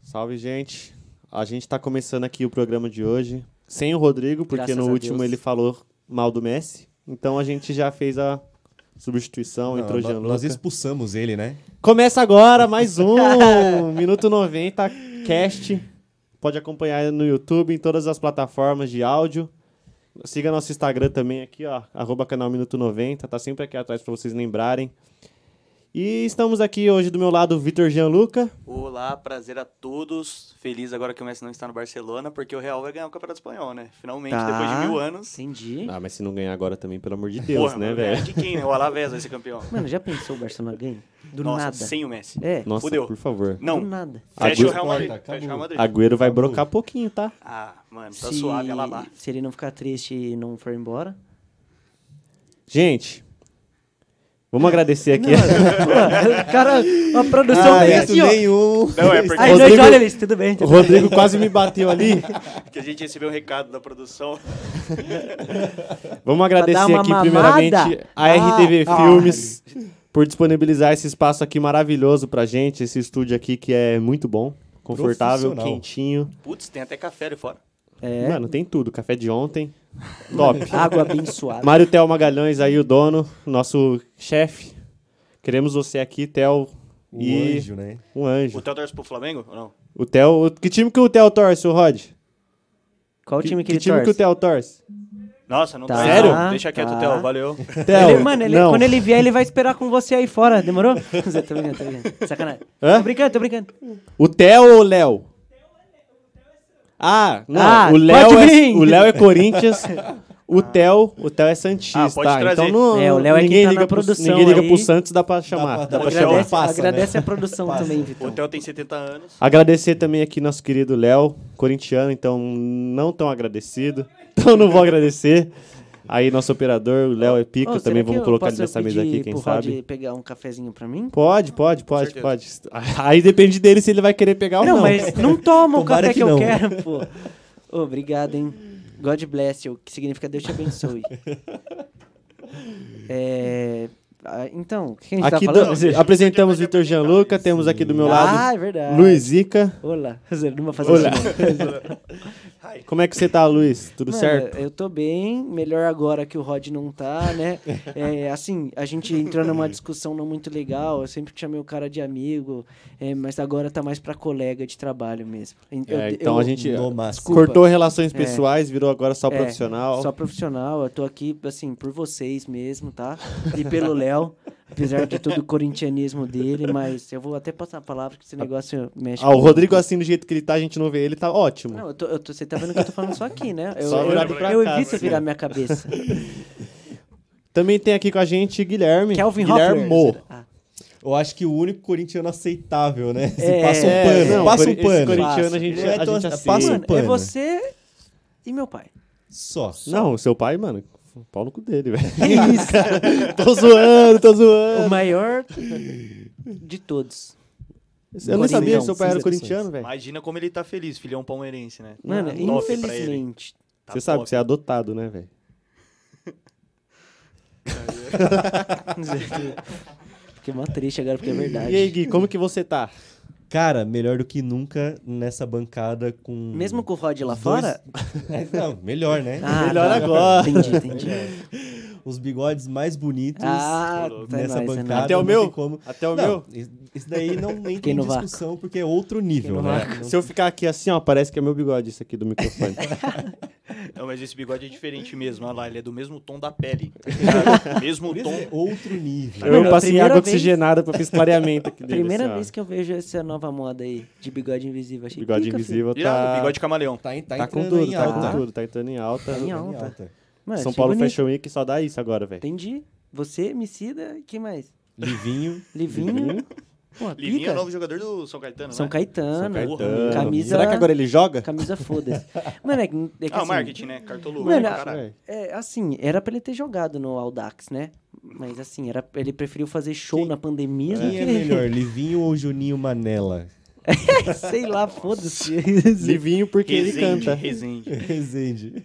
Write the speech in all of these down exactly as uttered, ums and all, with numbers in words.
Salve, gente. A gente tá começando aqui o programa de hoje sem o Rodrigo, porque Graças no a último Deus. ele falou mal do Messi. Então a gente já fez a substituição, Não, entrou o nó- Gianluca. Nós expulsamos ele, né? Começa agora mais um Minuto noventa Cast. Pode acompanhar no YouTube, em todas as plataformas de áudio. Siga nosso Instagram também aqui, ó, arroba canal Minuto noventa, tá sempre aqui atrás pra vocês lembrarem. E estamos aqui hoje do meu lado o Vitor Gianluca. Olá, prazer a todos. Feliz agora que o Messi não está no Barcelona, porque o Real vai ganhar o Campeonato Espanhol, né? Finalmente, Tá. depois de mil anos. Entendi. Ah, mas se não ganhar agora também, pelo amor de Deus, Porra, né, mano, velho? ganhar de quem, né? O Alavés vai ser campeão. Mano, já pensou o Barcelona ganha? Do Nossa, nada. sem o Messi. É, Nossa, Fudeu. por favor. Não, do nada. fecha Agüero- o Real Madrid. Corta, Fecha o Real Madrid. Agüero vai Acabou. brocar pouquinho, tá? Ah, mano, tá se, suave, ela lá. se ele não ficar triste e não for embora. Gente, vamos agradecer aqui. Pô, cara, a produção Ah, veio é, assim, ó. nenhum. Não, é porque Aí Rodrigo- nós olha eles, tudo bem. O Tudo Rodrigo quase me bateu ali. que a gente recebeu um recado da produção. Vamos agradecer dar uma aqui mamada? primeiramente a R T V Ah, Filmes por disponibilizar esse espaço aqui maravilhoso pra gente, esse estúdio aqui que é muito bom, confortável, Profissional. quentinho. Putz, tem até café ali fora. É, Mano, tem tudo, café de ontem, top. água abençoada. Mário Theo Magalhães aí, o dono, nosso chefe. Queremos você aqui, Theo. O E anjo, né? um anjo. O Theo torce pro Flamengo ou não? O Theo, o- que time que o Theo torce, o Rod? Qual o time que, que ele time torce? que o Theo torce? Nossa, não Tá. tá. Sério? Deixa quieto, Tá. Theo, valeu. Theo, Ele- mano, ele- não. quando ele vier, ele vai esperar com você aí fora, demorou? tô brincando, tô brincando. Sacanagem. Hã? Tô brincando, tô brincando. O Theo ou o Léo? Ah, não, Ah, o Léo pode é, vir. o Léo é Corinthians, o Theo, o Theo é Santista, Ah, pode trazer. então não, É, o Léo é quem ninguém tá na liga pro, produção ninguém liga aí. pro Santos, dá pra chamar, pra- dá dá pra pra chamar. Agradece, Passa, agradece né? a produção Passa. também, O Vitão. Theo tem setenta anos. Agradecer também aqui nosso querido Léo, corintiano, então não tão agradecido, então não vou agradecer. Aí nosso operador, o Léo é pica, Ô, também será vamos que eu colocar ele posso nessa mesa pedir aqui, quem pro sabe. Rod pegar um cafezinho pra mim? Pode, pode, pode, certeza. pode. Aí depende dele se ele vai querer pegar ou não. Não, mas não toma o Tomara café que, que eu não. quero, pô. Ô, obrigado, hein? God bless you, que significa Deus te abençoe. é... ah, Então, o que a gente Aqui tá do- falando? apresentamos Vitor Gianluca, temos aqui do meu lado Ah, é verdade. Luiz Zica. Olá. Não vou fazer Olá. isso, não. Como é que você tá, Luiz? Tudo Mano, certo? eu tô bem, melhor agora que o Rod não tá, né? É, assim, a gente entrou numa discussão não muito legal, eu sempre chamei o cara de amigo, é, mas agora tá mais pra colega de trabalho mesmo. Eu- É, então eu- a gente No máximo. Desculpa. cortou relações É. pessoais, virou agora só É, profissional. Só profissional, eu tô aqui, assim, por vocês mesmo, tá? E pelo Léo, apesar de todo o corintianismo dele, mas eu vou até passar a palavra que esse negócio mexe Ah, o comigo. Rodrigo, assim, do jeito que ele tá, a gente não vê ele, tá ótimo. Não, eu tô, eu tô- você tá vendo que eu tô falando só aqui, né? Eu, Só eu, virado pra eu cá, evito assim. virar minha cabeça. Também tem aqui com a gente Guilherme. Kelvin Guilhermo. Hoffler. Ah, Eu acho que o único corintiano aceitável, né? Se É, passa um É, pano, não, passa um esse pano. corintiano a gente, Não é a tão- gente passa aceita. um mano, é pano. você e meu pai. Só. Não, o seu pai, mano, pau no cu dele, velho. Tô zoando, tô O zoando. maior de todos. Eu não sabia que Coringão, seu pai era sem exceções. corintiano, velho. Imagina como ele tá feliz, filhão palmeirense, né? Mano, Top pra ele. infelizmente. Tá Você sabe top. que você é adotado, né, velho? Fiquei mó triste agora porque é verdade. E aí, Gui, como que você tá? Cara, melhor do que nunca nessa bancada com... Mesmo com o Rod lá os dois- fora? É, não, melhor, né? Ah, Melhor tá. agora. Entendi, entendi. Os bigodes mais bonitos Ah, tá nessa nóis, é bancada. nóis. Até o não meu? tem como... Até o Não, meu? is- Isso daí não nem Fiquei tem no vácuo. discussão, porque é outro nível, no né? vácuo. Se eu ficar aqui assim, ó, parece que é meu bigode isso aqui do microfone. Não, mas esse bigode é diferente mesmo. Olha lá, ele é do mesmo tom da pele. Tá? mesmo Por isso tom. é outro nível. Eu Mano, passei primeira água vez- oxigenada pra fiz clareamento aqui dele. Primeira assim, ó. vez que eu vejo essa nova moda aí, de bigode invisível. Achei Bigode pica, invisível Irado, tá... bigode camaleão. Tá, em- tá, Tá com entrando tudo, em tá alta. com tudo, tá entrando em alta. Tá em Em alta. alta. filho. Mano, São achei Paulo bonito. Fashion Week só dá isso agora, velho. Entendi. Você, Emicida e quem mais? Livinho. Livinho. Pô, Livinho pica. é o novo jogador do São Caetano, São né? Caetano. São Caetano. Camisa- Será que agora ele joga? Camisa foda-se. Mano, é, que- é que Ah, o assim, marketing, né? Cartoluco. Mano, caralho. É, assim, era pra ele ter jogado no Audax, né? Mas assim, era, ele preferiu fazer show Quem- na pandemia do Quem que... é melhor, Livinho ou Juninho Manela? Sei lá, foda-se. Livinho porque ele Resende, canta. Resende. Resende.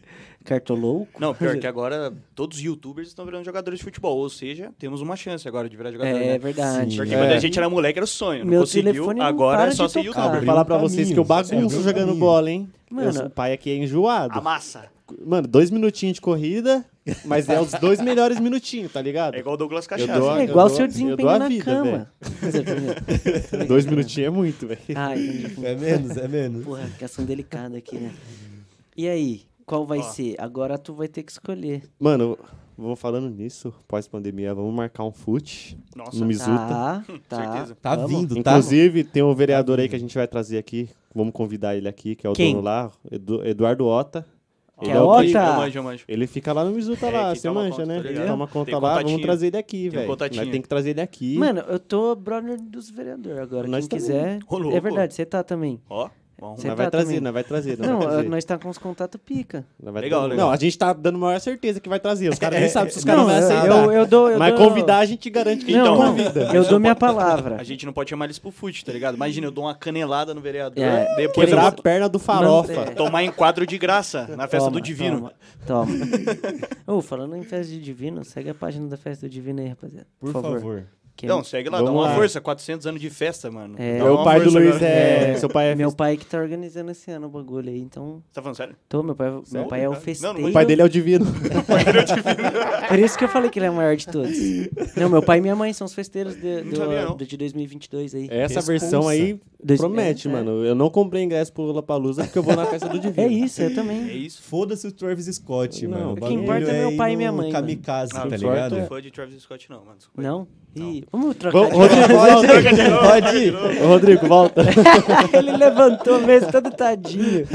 Cartolouco? Não, pior que agora todos os youtubers estão virando jogadores de futebol. Ou seja, temos uma chance agora de virar jogador, É né? verdade. Porque É. quando a gente era moleque era o sonho. Não Meu conseguiu, telefone não agora para é só de ser tocar. Vou youtuber. falar um pra vocês que eu caminho, bagunço abriu um jogando caminho. bola, hein? Mano. Eu sou um pai aqui é enjoado. A massa. Mano, dois minutinhos de corrida, mas é os dois melhores minutinhos, tá ligado? É igual o Douglas Eu Cachaça. dou- É eu igual o dou- seu eu desempenho dou a na vida, cama. Dois minutinhos é muito, velho. Ah, entendi. É menos, é menos. Porra, questão delicada aqui, né? E aí, qual vai Ó. ser? Agora tu vai ter que escolher. Mano, vamos falando nisso, pós-pandemia, vamos marcar um fute Nossa. no Mizuta. Tá, tá. certeza. Tá Vamos. vindo, tá? Inclusive, tem um vereador aí que a gente vai trazer aqui. Vamos convidar ele aqui, que é o Quem? dono lá, Edu- Eduardo Ota. Que Ele é o Ota? que- Eu manjo, eu manjo. Ele fica lá no Mizuta É, lá, quem você toma manja, conta, né? tá Ele ligado? toma conta Tem lá, vamos contatinho. trazer ele aqui, Tem um velho. contatinho. Nós tem que trazer ele aqui. Mano, eu tô brother dos vereadores agora. Nós Quem também. quiser. Ô, louco. É verdade, você tá também. Ó, vamos Cê nós tá vai trazer, também. nós vai trazer. Nós Não, vai trazer. nós tá com os contatos pica. Nós vai Legal, trazer. legal. Não, a gente tá dando maior certeza que vai trazer. Os caras nem sabem se os Não, caras vão eu- aceitar. eu, eu dou. Eu Mas dou... convidar, a gente garante que Então, a Não, gente convida. eu dou minha palavra. A gente não pode chamar eles pro fute, tá ligado? Imagina, eu dou uma canelada no vereador, É, depois eu Quebrar a vou perna do farofa. Mano, é. tomar enquadro de graça na festa Toma, do Divino. Toma. toma. Ô, falando em festa do Divino, segue a página da festa do Divino aí, rapaziada. Por favor. Que Não, segue lá, Vamos dá uma lá. força. quatrocentos anos de festa, mano. É. Dá Meu uma pai do força Luiz agora. é... É, Seu pai é... Meu pai que tá organizando esse ano o bagulho aí, então. Tá falando sério? Tô, meu pai, meu Sério, pai é o cara? festeiro. Não, não O pai dele é o divino. Por isso que eu falei que ele é o maior de todos. Não, meu pai e minha mãe são os festeiros de, Não do, sabia, não. do de dois mil e vinte e dois aí. Essa Responsa. versão aí Dois- promete, é, é. mano. Eu não comprei ingresso pro Lollapalooza porque eu vou na festa do divino. É isso, eu É também. isso. Foda-se o Travis Scott, Não, mano. o O que bagulho importa é meu ir pai e no minha mãe, mano. Kamikaze, Ah, tá que ligado? importa Não fã de Travis Scott, não, mano. Desculpa aí. Não? Ih, vamos trocar Vamos, de... Rodrigo, volta. Pode ir. Ô, Rodrigo, volta. Ele levantou mesmo, todo tadinho.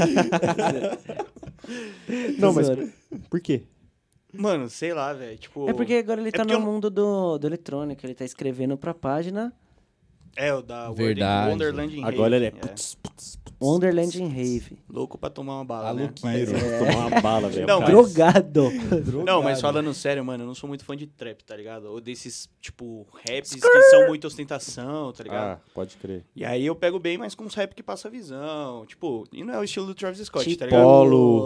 Não, mas Zoeira. por quê? Mano, sei lá, velho. Tipo. É porque agora ele É tá porque no eu não- mundo do, do eletrônico, ele tá escrevendo pra página É, o da Verdade. Wonderland in Agora ele é... Rave. Putz, putz, putz, Wonderland in Rave. Louco pra tomar uma bala, né? Maluqueiro. Mas- tomar uma bala, velho. Não, cara. mas- Drogado. Não, mas falando sério, mano, eu não sou muito fã de trap, tá ligado? Ou desses, tipo, raps que são muito ostentação, tá ligado? Ah, pode crer. E aí eu pego bem, mas com uns rap que passa visão. Tipo, e não é o estilo do Travis Scott, Tipo- tá ligado? Polo.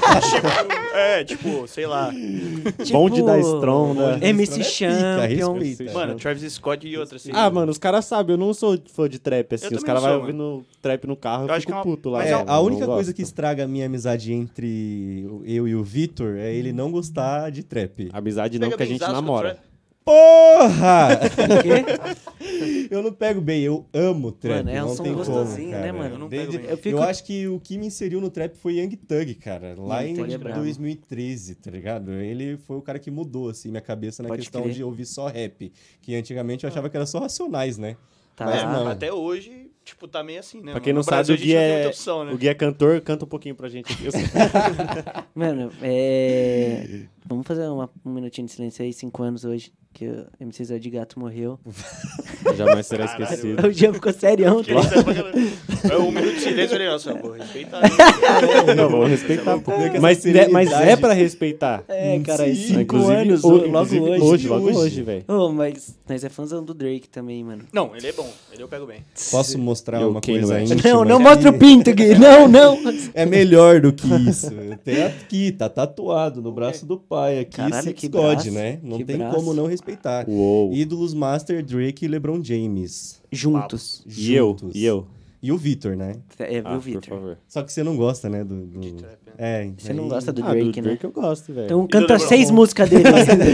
É, tipo, sei lá. Bonde da Estronda. M C Pica, Champion. respeita. Mano, Travis Scott e outra, assim. Ah, mano, os caras sabem, eu não sou fã de trap, assim. Eu Os também caras não vão sou, ouvindo trap no carro, eu, Eu acho fico que é uma- puto lá. mas É, Eu a não única gosto. coisa que estraga a minha amizade entre o- eu e o Vitor é ele não gostar de trap. Amizade não, Pega que a gente benzaço com namora. trap. Porra! O quê? Eu não pego bem, eu amo trap. Mano, é um não som tem gostosinho, como, né, cara. mano? Eu não Desde- pego bem. Eu fico- Eu acho que o que me inseriu no trap foi Young Thug, cara. Lá Young em Thug é brabo. dois mil e treze, tá ligado? Ele foi o cara que mudou, assim, minha cabeça na Pode questão crer. de ouvir só rap. Que antigamente eu achava que era só Racionais, né? Tá. Mas É, não. até hoje, tipo, tá meio assim, né? Pra quem mano? não No Brasil, sabe, o a gente Gui não tem é, muita opção, né? o Gui é cantor, canta um pouquinho pra gente aqui. Eu sei. Mano, é... Vamos fazer uma- um minutinho de silêncio aí, cinco anos hoje, que o M C Zé de Gato morreu. Jamais será Caralho. esquecido. O dia ficou serião, Que tá? isso é pra caralho. É um minuto de silêncio, eu falei, nossa, eu vou respeitar. Não, vou respeitar. Como é que essa Mas, é- mas é serenidade- pra respeitar. É, cara, Sim. cinco Inclusive, anos, ho- logo inclusive, hoje. Hoje, logo Hoje. hoje, velho. Ô, mas nós é fãzão do Drake também, mano. Não, ele é bom. Ele eu pego bem. Posso mostrar Eu, uma quem coisa não é? íntima? Não, não que mostra o pinto, Gui. Não, não. É melhor do que isso. Tem aqui, tá tatuado no braço do pai aqui, Caralho, Six que God, braço, né? Não que tem braço. como não respeitar. Uou. Ídolos Master, Drake e LeBron James. Juntos. E eu? Juntos. E eu? E o Vitor, né? É, Ah, viu, por Vitor? favor. Só que você não gosta, né? Do, do... De trap, né? É, Você não aí- gosta do Ah, Drake, do né? Drake eu gosto, velho. Então do canta LeBron? seis músicas dele.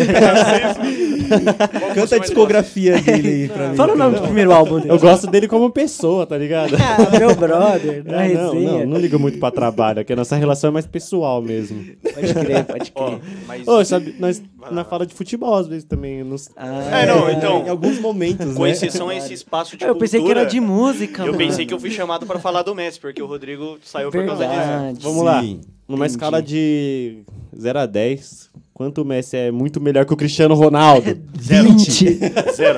Canta a discografia dele aí pra mim. Fala o nome do então. primeiro álbum dele. Eu gosto dele como pessoa, tá ligado? Ah, meu brother, na Ah, não, resenha. não, não ligo muito pra trabalho, aqui a nossa relação é mais pessoal mesmo. Pode crer, pode Ó, crer. mas... Ô, sabe, nós Vai lá. na fala de futebol às vezes também. Nos... Ah, É, não, então... Em alguns momentos, Com né? exceção a esse espaço de eu pensei que era cultura, de música, Eu mano. pensei que eu fui chamado pra falar do Messi, porque o Rodrigo saiu por causa disso. Verdade. Vamos lá. Sim. Numa Entendi. escala de zero a dez, quanto o Messi é muito melhor que o Cristiano Ronaldo? vinte. Zero.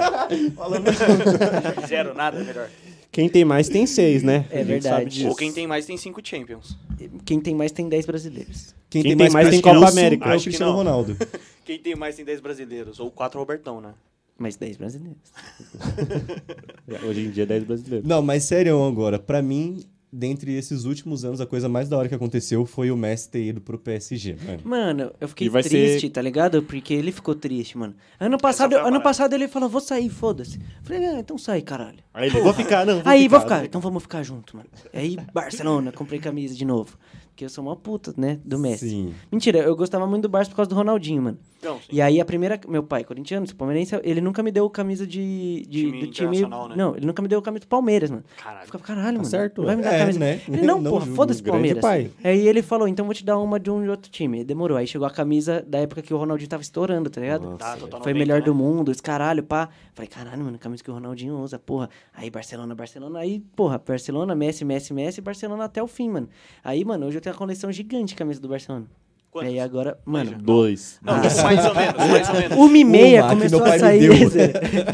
Zero, nada melhor. Quem tem mais tem seis, né? É A gente verdade. sabe disso. Ou quem tem mais tem cinco Champions. Quem tem mais tem dez brasileiros. Quem, Quem tem tem mais, mais tem prestígio Copa América. é o Acho que Cristiano não. Ronaldo. Quem tem mais tem dez brasileiros. Ou quatro Robertão, né? Mais dez brasileiros. Hoje em dia é dez brasileiros. Não, mas sério agora, pra mim, dentre esses últimos anos, a coisa mais da hora que aconteceu foi o Messi ter ido pro P S G, mano. Mano, eu fiquei E vai triste, ser- tá ligado? Porque ele ficou triste, mano. Ano passado, foi a ano parada. passado ele falou, vou sair, foda-se. Falei, ah, então sai, caralho. Aí ele, vou ficar, não, vou Aí, ficar. vou ficar. Então vamos ficar junto, mano. Aí, Barcelona, comprei camisa de novo. Porque eu sou uma puta, né, do Messi. Sim. Mentira, eu gostava muito do Barça por causa do Ronaldinho, mano. Não, sim. E aí a primeira... Meu pai, corintiano, palmeirense, ele nunca me deu camisa de... de Time do time... internacional, né? Não, ele nunca me deu camisa do Palmeiras, mano. Caralho. Eu ficava, caralho, mano. certo, não vai me dar é, camisa. né? Ele, não, Não porra, julgo, foda-se grande Palmeiras. pai. Aí ele falou, então vou te dar uma de um de outro time. Aí demorou. Aí chegou a camisa da época que o Ronaldinho tava estourando, tá ligado? Nossa, Tá, total Foi noventa, melhor né? do mundo, esse caralho, pá. Falei, caralho, mano, camisa que o Ronaldinho usa, porra. Aí Barcelona, Barcelona, aí, porra, Barcelona, Messi, Messi, Messi, Barcelona até o fim, mano. Aí, mano, hoje eu tenho uma coleção gigante de camisa do Barcelona. Quantos? Aí agora, mano, Dois. Não, Ah. mais ou menos, mais ou menos. uma e meia Uma que começou meu a pai me sair. deu. Zé.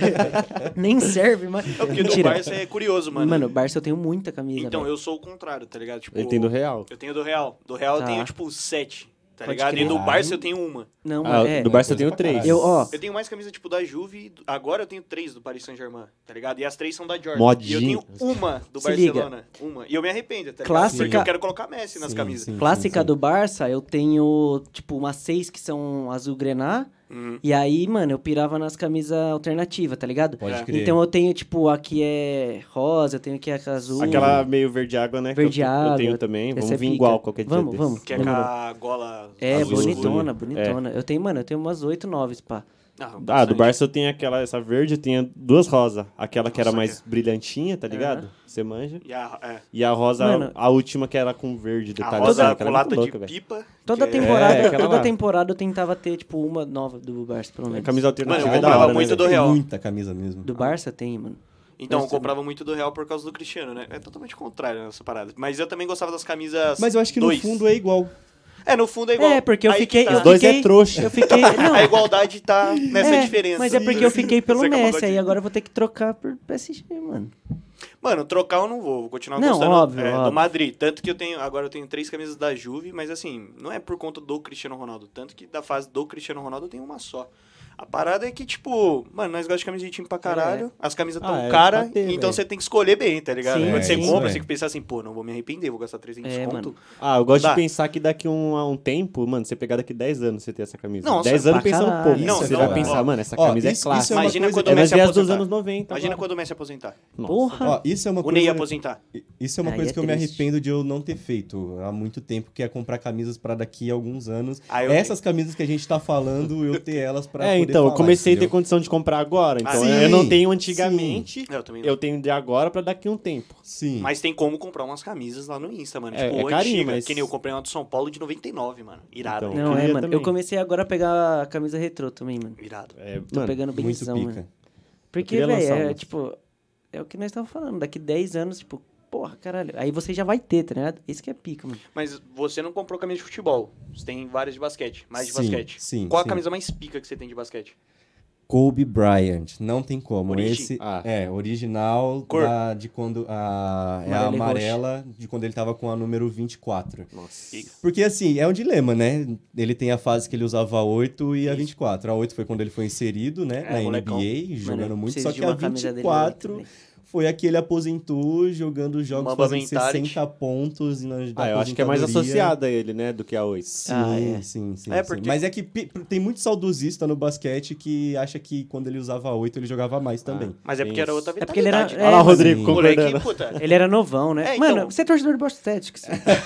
Nem serve, mas. É porque do Mentira. Barça é curioso, mano. Mano, Barça eu tenho muita camisa. Então, velho. eu sou o contrário, tá ligado? Tipo, Ele tem do Real. Eu tenho do Real. Do Real Tá. eu tenho, tipo, sete, tá Pode ligado? crer. E do Ah, Barça eu tenho uma. Não, Ah, é. do Barça eu tenho coisa pra três. caralho. Eu, ó. Eu tenho mais camisa, tipo, da Juve. e do- Agora eu tenho três do Paris Saint-Germain, tá ligado? E as três são da Jordan. Modinho. E eu tenho uma do Se liga. Barcelona. Uma. E eu me arrependo, tá ligado? Clássica- Porque eu quero colocar Messi nas Sim, camisas. sim. Clássica do Barça, eu tenho, tipo, umas seis que são azul grená. Uhum. E aí, mano, eu pirava nas camisas alternativas, tá ligado? Pode É. crer. Então eu tenho, tipo, aqui é rosa, eu tenho aqui a azul. Aquela meio verde água, né? que Verde eu, água. Eu tenho também. Essa Vamos é vir pica. igual qualquer dia Vamos, desse. vamos. Que é com Demorou. a gola É, azul bonitona, escura. bonitona. Eu tenho, mano, eu tenho umas oito, nove, pá. Ah, Ah, do bastante. Barça eu tenho aquela, essa verde, eu tinha duas rosas. Aquela que era Nossa, mais que- brilhantinha, tá ligado? Você manja. E a, é, E a rosa, Mano, a última que era com verde a detalhado. rosa aquela com é muito lata louca, de velho. pipa. Toda que é- temporada, É, aquela toda lá. temporada eu tentava ter, tipo, uma nova do Barça, pelo A menos. camisa alternativa Mano, eu é da comprava hora, né, muito velho? do Tem Real. muita camisa mesmo. Do Barça tem, mano. Então, eu Gostei. comprava muito do Real por causa do Cristiano, né? É totalmente contrário nessa parada. Mas eu também gostava das camisas. Mas eu acho que no dois. fundo é igual. É, no fundo é igual. É, porque eu Aí que fiquei... tá. Eu Os dois fiquei, é trouxa. Eu fiquei... Não, A igualdade tá nessa é, diferença. mas é porque eu fiquei pelo Você acabou Messi, de- aí agora eu vou ter que trocar por P S G, mano. Mano, trocar eu não vou, vou continuar Não, gostando óbvio, é, óbvio. do Madrid. Tanto que eu tenho, agora eu tenho três camisas da Juve, mas assim, não é por conta do Cristiano Ronaldo. Tanto que da fase do Cristiano Ronaldo eu tenho uma só. A parada é que, tipo, mano, nós gostamos de camisa de time pra caralho, as camisas tão Ah, é, caras, pra ter, então velho. você tem que escolher bem, tá ligado? Sim, Quando você é, isso compra, é. você tem que pensar assim, pô, não vou me arrepender, vou gastar trezentos É, conto. mano. Ah, eu gosto Dá. de pensar que daqui um, a um tempo, mano, você pegar daqui dez anos você ter essa camisa. Nossa, dez anos pra pensando caralho. pouco. Não, você não, vai ó, pensar, ó. mano, essa Ó, camisa isso- é clássica. isso é uma Imagina coisa- quando É o nós Messi viés dos aposentar. anos noventa. Imagina agora. quando o Messi aposentar. Nossa. Porra! Ó, isso é uma O coisa... Ney aposentar. Isso é uma Aí coisa é que eu me triste. arrependo de eu não ter feito há muito tempo, que é comprar camisas pra daqui a alguns anos. Ah, eu Essas camisas que a gente tá falando, eu ter elas pra É, poder então, eu falar, comecei a ter entendeu? condição de comprar agora. Então, Sim, eu não tenho antigamente, Eu também não. eu tenho de agora pra daqui um tempo. Sim. Mas tem como comprar umas camisas lá no Insta, mano. É, tipo, é carinho, antiga, mas- que nem eu comprei uma do São Paulo de noventa e nove, mano. Irado. Então, hein? Não, queria é, mano. também. Eu comecei agora a pegar a camisa retrô também, mano. Irado. É, Tô mano, pegando muito benzão, pica. mano. Porque, queria velho, lançar é umas. tipo... É o que nós estamos falando. Daqui dez anos, tipo... Porra, caralho. Aí você já vai ter, tá ligado? Isso que é pica, mano. Mas você não comprou camisa de futebol. Você tem várias de basquete. Mais de Sim, basquete. sim, Qual a sim. camisa mais pica que você tem de basquete? Kobe Bryant, não tem como. Origi- Esse Ah. é original Cor. da, de quando a é a Amarela e amarela de quando ele tava com a número vinte e quatro. Nossa. Pica. Porque assim, é um dilema, né? Ele tem a fase que ele usava a oito e a Isso. vinte e quatro. A oito foi quando ele foi inserido, né, É, na molecão. N B A, jogando Mano, eu muito, preciso só de que uma a camisa vinte e dele quatro também. foi a que ele aposentou jogando jogos Mamba fazendo mentality. sessenta pontos e na Ah, eu acho que é mais associada a ele, né, do que a oito. Sim, Ah, é. sim, sim, É, sim. porque- Mas é que pi- tem muito saudosista no basquete que acha que quando ele usava a oito ele jogava mais também. Mas é porque era outra É porque ele era- vitalidade. é, Olha lá o mas- Rodrigo Sim. concordando. Moleque, puta. Ele era novão, né? É, então- Mano, você é torcedor do Boston Celtics.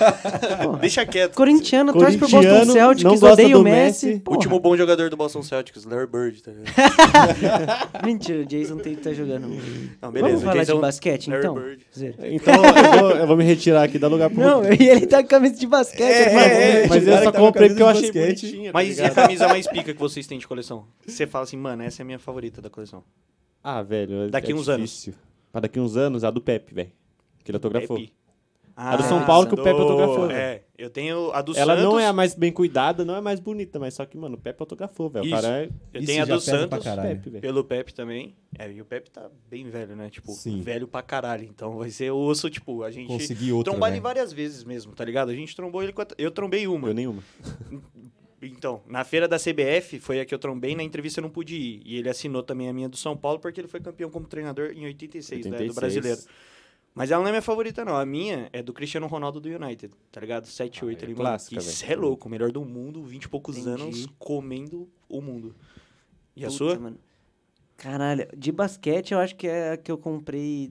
Porra. Deixa quieto. Corintiano, torce pro Boston Corintiano, Celtics, não gosta odeia do o Messi. Messi. Porra. Último bom jogador do Boston Celtics, Larry Bird, tá ligado? Mentira, o Jason tem que estar jogando. Não, Vamos falar Jason- de basquete, Larry então? Bird. Zé. Então eu vou, eu vou me retirar aqui, dá lugar pro Não, Rodrigo. e ele tá com camisa de basquete. É, mano. é, é. Mas eu Cara só que tá com comprei camisa porque eu de achei basquete. bonitinha, tá Mas e a ligado? camisa mais pica que vocês têm de coleção? Você fala assim, mano, essa é a minha favorita da coleção. Ah, velho, é- Daqui é uns difícil. Pra daqui uns anos, a do Pepe, velho. Que ele autografou. Pepe. A do São Paulo que o Pepe autografou, velho. É, eu tenho a do Ela Santos. não é a mais bem cuidada, não é a mais bonita, mas só que, mano, o Pepe autografou, velho. O Isso. cara é Eu Isso tenho a já do pesa pra Santos, caralho. Pepe, velho. pelo Pepe também. É, e o Pepe tá bem velho, né? Tipo, Sim. velho pra caralho. Então vai ser osso, tipo, a gente Consegui outra, trombar né? ele várias vezes mesmo, tá ligado? A gente trombou ele com a... Eu trombei uma. Eu nenhuma. Então, na feira da C B F, foi a que eu trombei, na entrevista eu não pude ir. E ele assinou também a minha do São Paulo, porque ele foi campeão como treinador em oitenta e seis, né, do oitenta e seis. brasileiro. Mas ela não é minha favorita, não. A minha é do Cristiano Ronaldo do United, tá ligado? sete oito Ah, é ali, clássica, mano. velho. Isso é louco, o melhor do mundo, vinte e poucos Entendi. anos, comendo o mundo. E a Puta, sua? mano. Caralho, de basquete eu acho que é a que eu comprei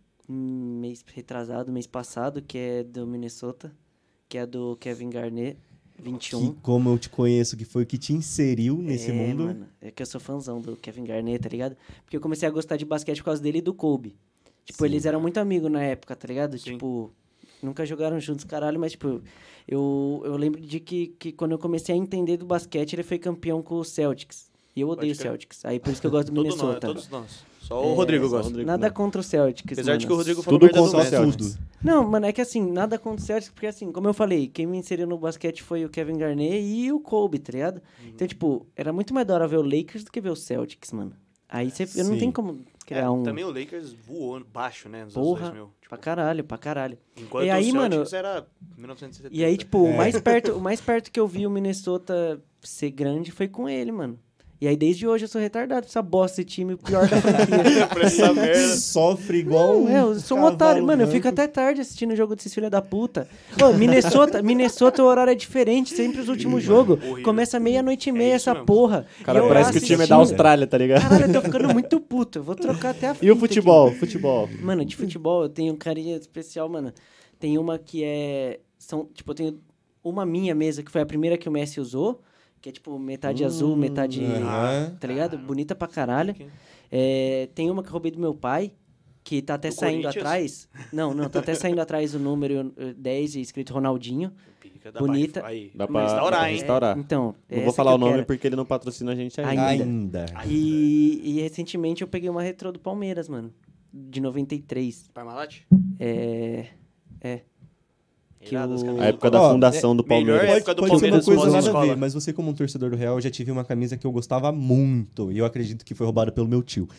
mês retrasado, mês passado, que é do Minnesota, que é do Kevin Garnett, vinte e um. Que, como eu te conheço, que foi o que te inseriu nesse é, mundo. Mano, é que eu sou fãzão do Kevin Garnett, tá ligado? Porque eu comecei a gostar de basquete por causa dele e do Kobe. Tipo, Sim. eles eram muito amigos na época, tá ligado? Sim. Tipo, nunca jogaram juntos, caralho, mas, tipo, eu, eu lembro de que, que quando eu comecei a entender do basquete, ele foi campeão com o Celtics. E eu odeio o Pode crer. Celtics. Aí por isso que eu gosto do Todo nós, Minnesota. todos nós. Só o Rodrigo É, só o gosta. Rodrigo. Nada não. contra o Celtics, Apesar de mano. que o Rodrigo falou Tudo merda contra do o Celtics. Celtics. Não, mano, é que assim, nada contra o Celtics, porque assim, como eu falei, quem me inseriu no basquete foi o Kevin Garnett e o Kobe, tá ligado? Uhum. Então, tipo, era muito mais da hora ver o Lakers do que ver o Celtics, mano. Aí você eu não Sim. tem como criar É, um... Também o Lakers voou baixo, né? Nos Porra, anos dois mil. Tipo, pra caralho, pra caralho. enquanto E aí, o Celtics mano, era mil novecentos e setenta. E aí, tipo, É. o, mais perto, o mais perto que eu vi o Minnesota ser grande foi com ele, mano. E aí, desde hoje, eu sou retardado pra essa bosta, esse time, o pior da franquia. pra essa merda. Sofre igual Não, um é, eu sou um cavalo otário. Mano, eu branco. fico até tarde assistindo o jogo desses filha da puta. Ô, Minnesota, Minnesota, o horário é diferente. Sempre os últimos jogos. horrível. Começa meia-noite e meia É isso essa mesmo. porra. Cara, E eu parece lá que o time é da assistindo. Austrália, tá ligado? Caralho, eu tô ficando muito puto. Eu vou trocar até a fita E o aqui. futebol? Futebol. Mano, de futebol eu tenho um carinho especial, mano. Tem uma que é... São, tipo, eu tenho uma minha mesa, que foi a primeira que o Messi usou, que é, tipo, metade azul, metade... aham. Tá ligado? Bonita pra caralho. Ok. É, tem uma que eu roubei do meu pai, que tá até Do saindo Corinthians? atrás... Não, não, tá até saindo atrás o número eh, dez e escrito Ronaldinho. Pica da Bonita. Bairro. Aí. Dá pra Mas restaurar, dá pra hein? restaurar. Então, é Não vou essa falar que o eu nome quero. porque ele não patrocina a gente ainda. Ainda. Ainda. E, e recentemente eu peguei uma retrô do Palmeiras, mano. De noventa e três. Parmalat? É... É. Que Irado, o- as A camisas época do da Ó, fundação do melhor Palmeiras. é- época do Pode ser uma Palmeiras coisa nada a pós-escola. ver, mas você como torcedor do Real, eu já tive uma camisa que eu gostava muito. E eu acredito que foi roubada pelo meu tio.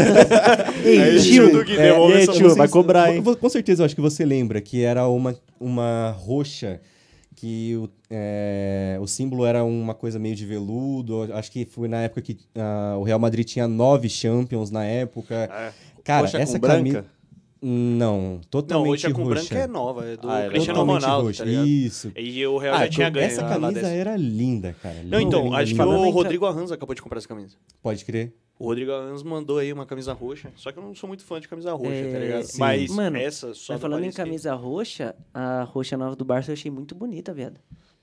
Ei, tio do Gui, é, devolve e aí, essa- tio, vai cobrar, hein? vo- Com certeza, eu acho que você lembra que era uma, uma roxa que o, é, o símbolo era uma coisa meio de veludo. Acho que foi na época que ah, o Real Madrid tinha nove Champions na época. É. Cara, Roxa essa com branca? camisa... Não, Não, totalmente roxa com roxa. branca é nova, é do Ah, é Cristiano Totalmente Ronaldo, roxa. tá ligado? Isso. E o Real Ah, já tinha então, ganho. essa lá camisa dessa. era linda, cara. Não, Linda, então, linda, acho que linda. Falando o em Rodrigo Arranz acabou de comprar essa camisa. Pode crer. O Rodrigo Arranz mandou aí uma camisa roxa, só que eu não sou muito fã de camisa roxa, É, tá ligado? sim. Mas Mano, essa só Mas do falando em Paris que- camisa roxa, a roxa nova do Barça eu achei muito bonita, viado.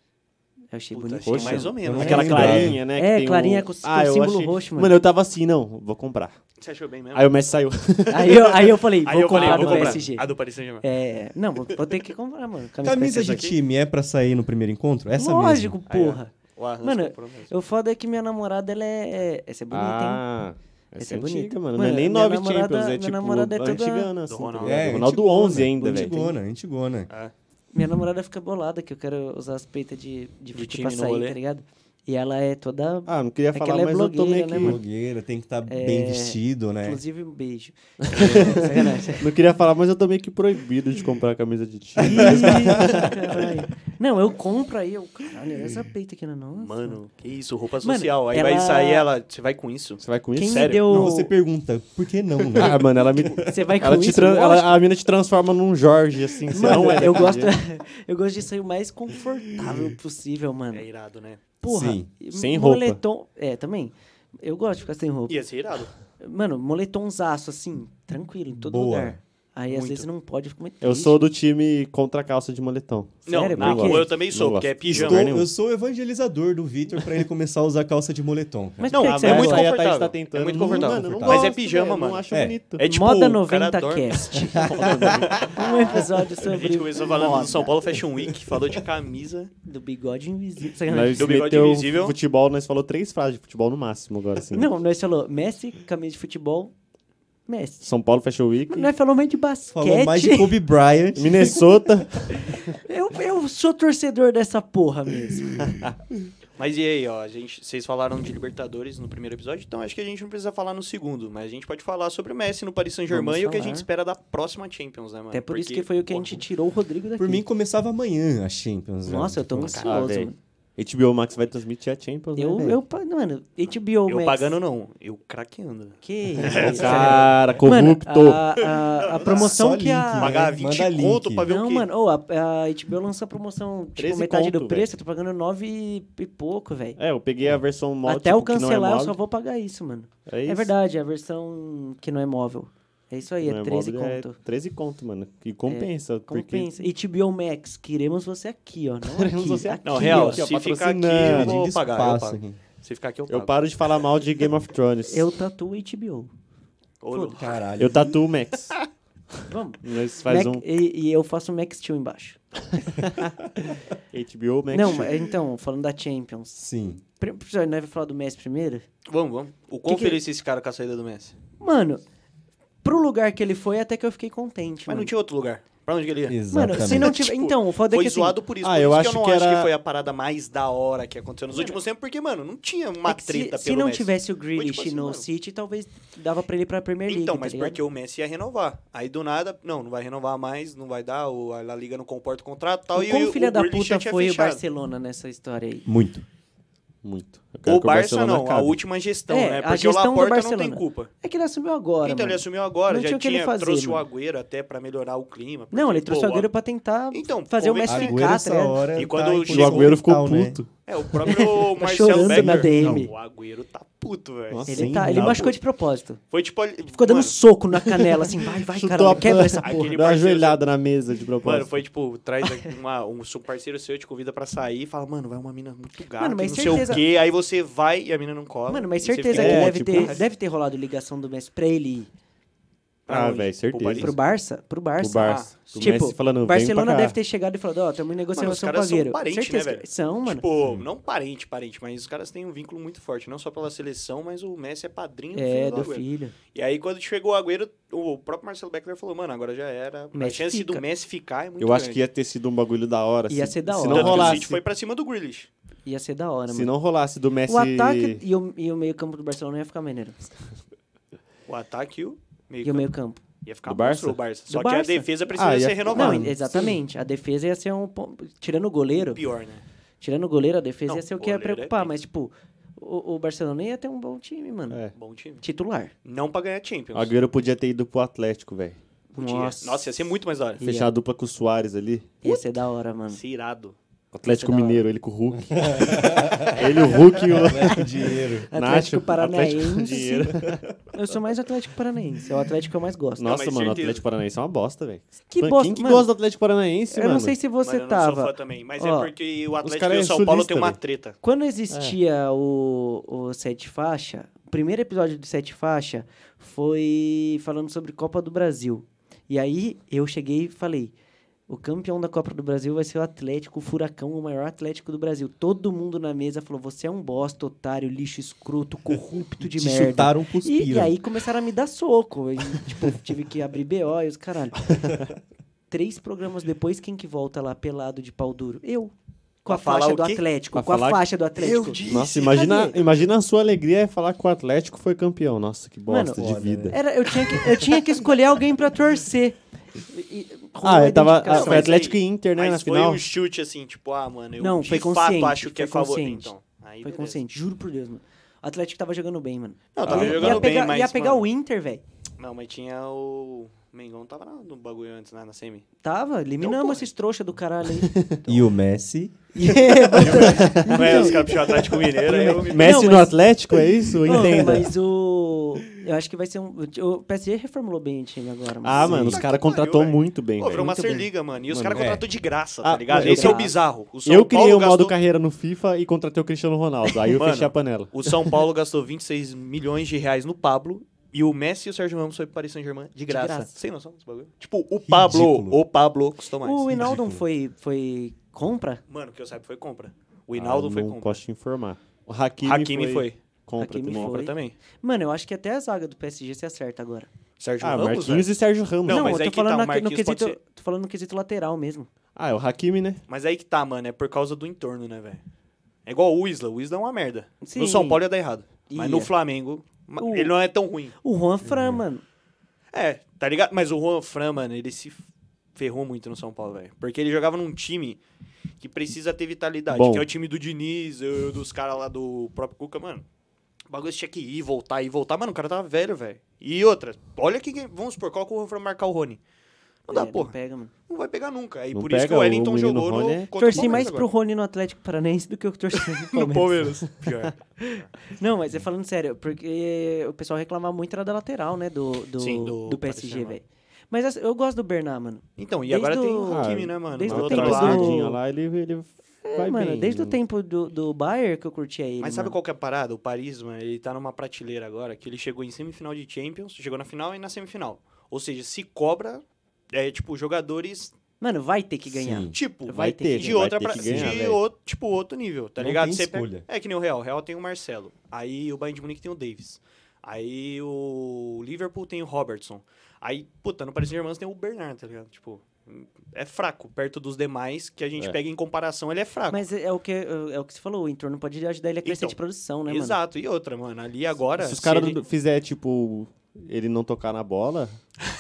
Eu achei Puta, bonita. achei Roxa? mais ou menos. Eu Aquela não clarinha, né? que É, tem clarinha o- com- com Ah, eu símbolo achei- roxo, mano. Mano, eu tava assim, não, vou comprar. Você achou bem mesmo? Aí o Messi saiu. Aí eu, aí eu falei, vou Aí eu comprar falei, do vou comprar. P S G. A do Paris Saint-Germain. É, não, vou, vou ter que comprar, mano. Camisa de P S G. time é pra sair no primeiro encontro? Essa Lógico, mesmo. Aí, ó. porra. O Arranz Mano, comprou mesmo. O foda é que minha namorada, ela é... Essa é bonita, hein? Ah, Essa essa é é bonita. antiga, mano. Mano, Não é nem minha nove namorada- Champions, é minha tipo namorada é toda- antigana, assim. Do Ronaldo. tá ligado? É, Ronaldo antigona, onze ainda, velho. Antigona, antigona. É. Minha namorada fica bolada que eu quero usar as peitas de, de Do fute time pra no sair, rolê. tá ligado? E ela é toda... Ah, não queria É que falar, ela é mas eu tô meio blogueira, que... né, mano? Blogueira, tem que estar É, bem vestido, né? Inclusive, um beijo. Sacanagem. Não queria falar, mas eu tô meio que proibido de comprar camisa de time. Ih, caralho. Não, eu compro aí, eu... Caralho, essa peita aqui, não é nossa. Mano, que isso, roupa Mano, social. Aí ela- vai sair ela, você vai com isso? Você vai com isso? Quem me Sério? deu... Não, você pergunta, por que não, né? Ah, mano, ela me... Você vai com ela te isso? tran- ela- Lógico. A mina te transforma num Jorge, assim. você Mano, não é eu daquele gosto, jeito. eu gosto de sair o mais confortável possível, mano. É irado, né? Porra, Sim. Sem roupa. moletom... É, também. Eu gosto de ficar sem roupa. Ia ser irado. Mano, moletomzaço, assim, tranquilo, em todo Boa. lugar. Aí, às Muito. vezes, não pode ficar muito Eu triste. sou do time contra calça de moletom. Sério? Não, na Por quê? rua eu também sou, Não porque é gosto. pijama. Estou- nenhum. eu sou o evangelizador do Vitor pra ele começar a usar calça de moletom. cara. Mas Não, por que é que você muito gosta? Aí a Thaís confortável. tá tentando. É muito confortável. Mano, não Mas é gosto, pijama, velho, mano. Não acho É. bonito. É tipo, Moda o cara noventa dorme- Cast. um episódio A sobre gente começou falando moda. do São Paulo Fashion Week, falou de camisa. Do bigode invisível. Sacanagem. Nós Do bigode meteu invisível. futebol, nós falou três frases de futebol no máximo agora, assim. Não, nós falou Messi, camisa de futebol, Messi. São Paulo Fashion Week, Nós falou mais de basquete. Falou mais de Kobe Bryant. Minnesota. eu, eu sou torcedor dessa porra mesmo. Mas e aí, ó, a gente, vocês falaram de Libertadores no primeiro episódio, então acho que a gente não precisa falar no segundo, mas a gente pode falar sobre o Messi no Paris Saint-Germain Vamos e o que a falar. gente espera da próxima Champions, né, mano? Até por isso Porque, que foi o que a porra, gente tirou o Rodrigo daqui. Por mim, começava amanhã a Champions. Nossa, eu tô velho. ansioso, velho. mano. H B O Max vai transmitir a Champions, Eu, né, velho? eu, pa- mano, H B O Eu Max. pagando não, eu craqueando. Que isso, Cara, Mano, corrupto. a, a, a promoção Só que link, a... né? Pagar Manda vinte link. conto pra ver o Não, quê? mano, oh, a, a H B O lançou a promoção, tipo, treze metade conto, do preço, eu tô pagando nove e pouco, velho. É, eu peguei a versão móvel, Até tipo, eu que não é cancelar, eu móvel. só vou pagar isso, mano. É, isso. É verdade, a versão que não é móvel. É isso aí, Não é é treze móvel, conto. É treze conto, mano. E compensa. porque- Compensa. H B O Max, queremos você aqui, ó. Não Queremos aqui. você aqui. Não, real, Aqui, ó, se ficar aqui, patrocinando. eu Pedindo vou pagar, eu espaço pago. aqui. Se ficar aqui, eu Eu pago. paro de falar mal de Game of Thrones. Eu tatuo H B O. Ô, louco. Caralho. Eu tatuo o Max. Vamos. Nós faz Mac- um e, e eu faço Max Steel embaixo. H B O Max. Não, mas, então, falando da Champions. Sim. Pri- Nós vai falar do Messi primeiro? Vamos, vamos. O quão Que que- feliz esse cara com a saída do Messi? Mano, pro lugar que ele foi, até que eu fiquei contente, Mas mano. não tinha outro lugar. Pra onde que ele ia? Exatamente. Mano, se não tiver... Tipo, então, o foda é Foi que assim, zoado por isso. Ah, por eu isso acho que eu não que acho era- que foi a parada mais da hora que aconteceu nos últimos tempos, porque, mano, não tinha uma é que treta se, pelo se não Messi. tivesse o Foi Grealish tipo assim, no mano. City, talvez dava pra ele ir pra Premier League, Então, tá mas ligado? porque o Messi ia renovar. Aí do nada, não, não vai renovar mais, não vai dar, o, a La Liga não comporta o contrato e tal. O e quão o, filha o da Grealish já puta tinha foi o fechado. Barcelona nessa história aí? Muito. Muito. Eu quero O que Barça Barcelona não, a acabe. última gestão, É, né? a Porque o gestão do Laporta não Barcelona. tem culpa. É que ele assumiu agora, Então, ele mano. assumiu agora, Não já tinha o que ele tinha, fazer, trouxe o mano. Agüero até pra melhorar o clima. Não, porque, ele trouxe pô, o Agüero pra tentar Então, fazer o conven- Messi Agüero ficar, tá essa ligado? hora E quando tá o O em Agüero ficou total, né? puto. É, o próprio Tá Marcelo chorando Becker. na D M. Não, o Agüero tá puto, velho. Nossa, Ele, Sem tá, ele nada. machucou de propósito. Foi tipo... Ficou dando mano, soco na canela, assim, vai, vai, Chutou cara, a quebra essa Aquele porra. Deu uma parceiro- joelhada na mesa de propósito. Mano, foi tipo, traz uma, um seu parceiro seu, te convida pra sair e fala, mano, vai uma mina muito gata, Mano, mas não certeza- sei o quê. Aí você vai e a mina não cola. Mano, mas e você certeza fica, que É, deve, tipo, ter, deve ter rolado ligação do Messi pra ele ir pra Ah, onde? velho, Pro certeza. Paris? pro Barça. Pro Barça. O Barça. O Tipo, Messi falando, Barcelona vem pra cá. deve ter chegado e falado, ó, estamos em Mano, os negociação com o caras são Agüero. parentes, Certeza né, que velho? são, mano. Tipo, não parente, parente, mas os caras têm um vínculo muito forte, não só pela seleção, mas o Messi é padrinho do É, filho do do Agüero. filho. E aí, quando chegou o Agüero, o próprio Marcelo Beckler falou, mano, agora já era. A Messi chance fica. do Messi ficar é muito Eu acho grande. que ia ter sido um bagulho da hora. Ia se, ser da se hora. não Tanto que o rolasse, City foi pra cima do Grealish. Ia ser da hora, se mano. não rolasse do Messi... O ataque e o, e o meio campo do Barcelona ia ficar maneiro. O ataque e o meio E o meio campo. Ia ficar Do Barça? monstro o Barça. Do Só que Barça. a defesa precisa Ah, ia ser ficar- renovada. Não, exatamente. A defesa ia ser um... pon- Tirando o goleiro, Pior, né? tirando o goleiro, a defesa Não, ia ser o que ia goleiro é preocupar. pica. Mas, tipo, o, o Barcelona ia ter um bom time, mano. É. Bom time. Titular. Não pra ganhar Champions. O Agüero podia ter ido pro Atlético, velho. Podia. Nossa. Nossa, ia ser muito mais da hora. Ia. Fechar a dupla com o Soares ali. Ia ser da hora, mano. Ser irado. Atlético Ia ser da Mineiro, ele com o Hulk. ele, o Hulk e o... Atlético dinheiro. Atlético Nacho, Paranaense. Atlético com dinheiro. Eu sou mais Atlético Paranaense. É o Atlético que eu mais gosto. Não, Nossa, mas mano, o certeza. Atlético Paranaense é uma bosta, velho. Que Mano, bosta, Quem que mano. gosta do Atlético Paranaense, Eu mano? não sei se você Mano, eu não sou tava. fã também. Mas Ó, é porque o Atlético cara e é o São Paulo sulista, tem uma velho. treta. Quando existia o, o Sete Faixa, o primeiro episódio do Sete Faixa foi falando sobre Copa do Brasil. E aí eu cheguei e falei: o campeão da Copa do Brasil vai ser o Atlético, o Furacão, o maior Atlético do Brasil. Todo mundo na mesa falou: você é um bosta, otário, lixo escroto, corrupto de Te merda. chutaram, E, cuspiram. e aí começaram a me dar soco. E, tipo, tive que abrir B O e os caralho. Três programas depois, quem que volta lá pelado de pau duro? Eu. Com a Pra falar faixa o do quê? Atlético. Pra Com a falar- faixa do Atlético. Nossa, imagina, Cadê? imagina a sua alegria é falar que o Atlético foi campeão. Nossa, que bosta Mano, de vida. Era, eu, tinha que, eu tinha que escolher alguém pra torcer. E- e rolou Ah, a eu tava, identificação. ah, foi mas Atlético aí- e Inter, né, Mas na foi final. um chute assim, tipo, ah, mano, eu Não, de foi fato consciente, acho que é foi favor. consciente. Então, aí Foi beleza. consciente, juro por Deus, mano. O Atlético tava jogando bem, mano. Não, tava Ia- jogando ia bem, pegar, mas, Ia pegar mano, o Inter, velho. Não, mas tinha o... O Mengão tava na- no bagulho antes, né, na semi. Tava, eliminamos porra. esses trouxa do caralho aí. E o Messi. Então, É, os caras puxaram o Atlético Mineiro, aí eu me... Messi Não, no mas- Atlético, é isso? Ô, Entenda. mas o... Eu acho que vai ser um... O P S G reformulou bem o time agora, mano. Ah, mano, os Puta caras que pariu, contratou velho. muito bem, Pô, virou velho. muito Master bem. Liga, mano. E os Mano, caras é. contratou de graça, Ah, tá ligado? eu- Esse é o graça. bizarro. O São Eu criei Paulo o modo gastou... carreira no FIFA e contratei o Cristiano Ronaldo. Aí eu Mano, fechei a panela. O São Paulo gastou vinte e seis milhões de reais no Pablo e o Messi e o Sérgio Ramos foi pro Paris Saint-Germain de graça. graça. Sem noção desse bagulho. Tipo, o Pablo, Ridículo. o Pablo custou mais. O Hinaldo foi, foi compra? Mano, o que eu saiba foi compra. O Hinaldo ah, foi não compra. posso te informar. O Hakimi, Hakimi foi. Compra Hakimi também. foi. Compra também. Mano, eu acho que até a zaga do P S G se acerta agora. Sérgio Ah, Ramos, Marquinhos velho. e Sérgio Ramos. Não, Não, mas eu tô aí que falando tá, o na- no, Marquinhos pode quesito, ser- tô falando no quesito lateral mesmo. Ah, é o Hakimi, né? Mas aí que tá, mano. É por causa do entorno, né, velho? É igual o Isla. O Isla é uma merda. Sim. No São Paulo ia dar errado. Mas Ia. no Flamengo, ma- O- ele não é tão ruim. O Juan Fran, mano. É, tá ligado? Mas o Juan Fran, mano, ele se ferrou muito no São Paulo, velho. Porque ele jogava num time que precisa ter vitalidade, Bom. que é o time do Diniz, eu- dos caras lá do próprio Cuca, mano. O bagulho tinha que ir, voltar, ir, voltar. Mano, o cara tava velho, velho. E outra, olha que... Vamos supor, qual que o foi marcar o Rony? Não dá, É, porra. Não pega, mano. Não vai pegar nunca. Aí Não por isso que pega, o Wellington o menino jogou Rony no... é- contra o Torci Palmeiras mais pro agora. Rony no Atlético Paranaense do que eu torci no No Palmeiras. Palmeiras. Pior. Não, mas é falando sério, porque o pessoal reclamava muito era da lateral, né, do, do, Sim, do, do P S G, Paris velho. Mas assim, eu gosto do Bernat, mano. Então, e Desde agora tem o- o Hakimi, né, mano? desde Na o Do outra tempo outro lado. do- ladinha lá, ele, ele É, vai mano, bem. desde o Não- tempo do, do Bayern que eu curtia ele, Mas sabe mano. qual que é a parada? O Paris, mano, ele tá numa prateleira agora, que ele chegou em semifinal de Champions, chegou na final e na semifinal. Ou seja, se cobra, é, tipo, jogadores, Mano, vai ter que ganhar. Sim. tipo, Vai Vai ter ter, que de vai outra ter pra, que ganhar, de velho. outro, tipo, outro nível, tá Não ligado? tem Você pega- escolha. é que nem o Real, o Real tem o Marcelo, aí o Bayern de Munique tem o Davis, aí o Liverpool tem o Robertson, aí, puta, no Paris Saint-Germain tem o Bernard, tá ligado? Tipo, é fraco, perto dos demais, que a gente É. pega em comparação, ele é fraco. Mas é, é o que, é o que você falou, o entorno pode ajudar ele a crescer Então, de produção, né, mano? Exato, e outra, mano, ali agora... Se os caras ele- não fizer, tipo, ele não tocar na bola,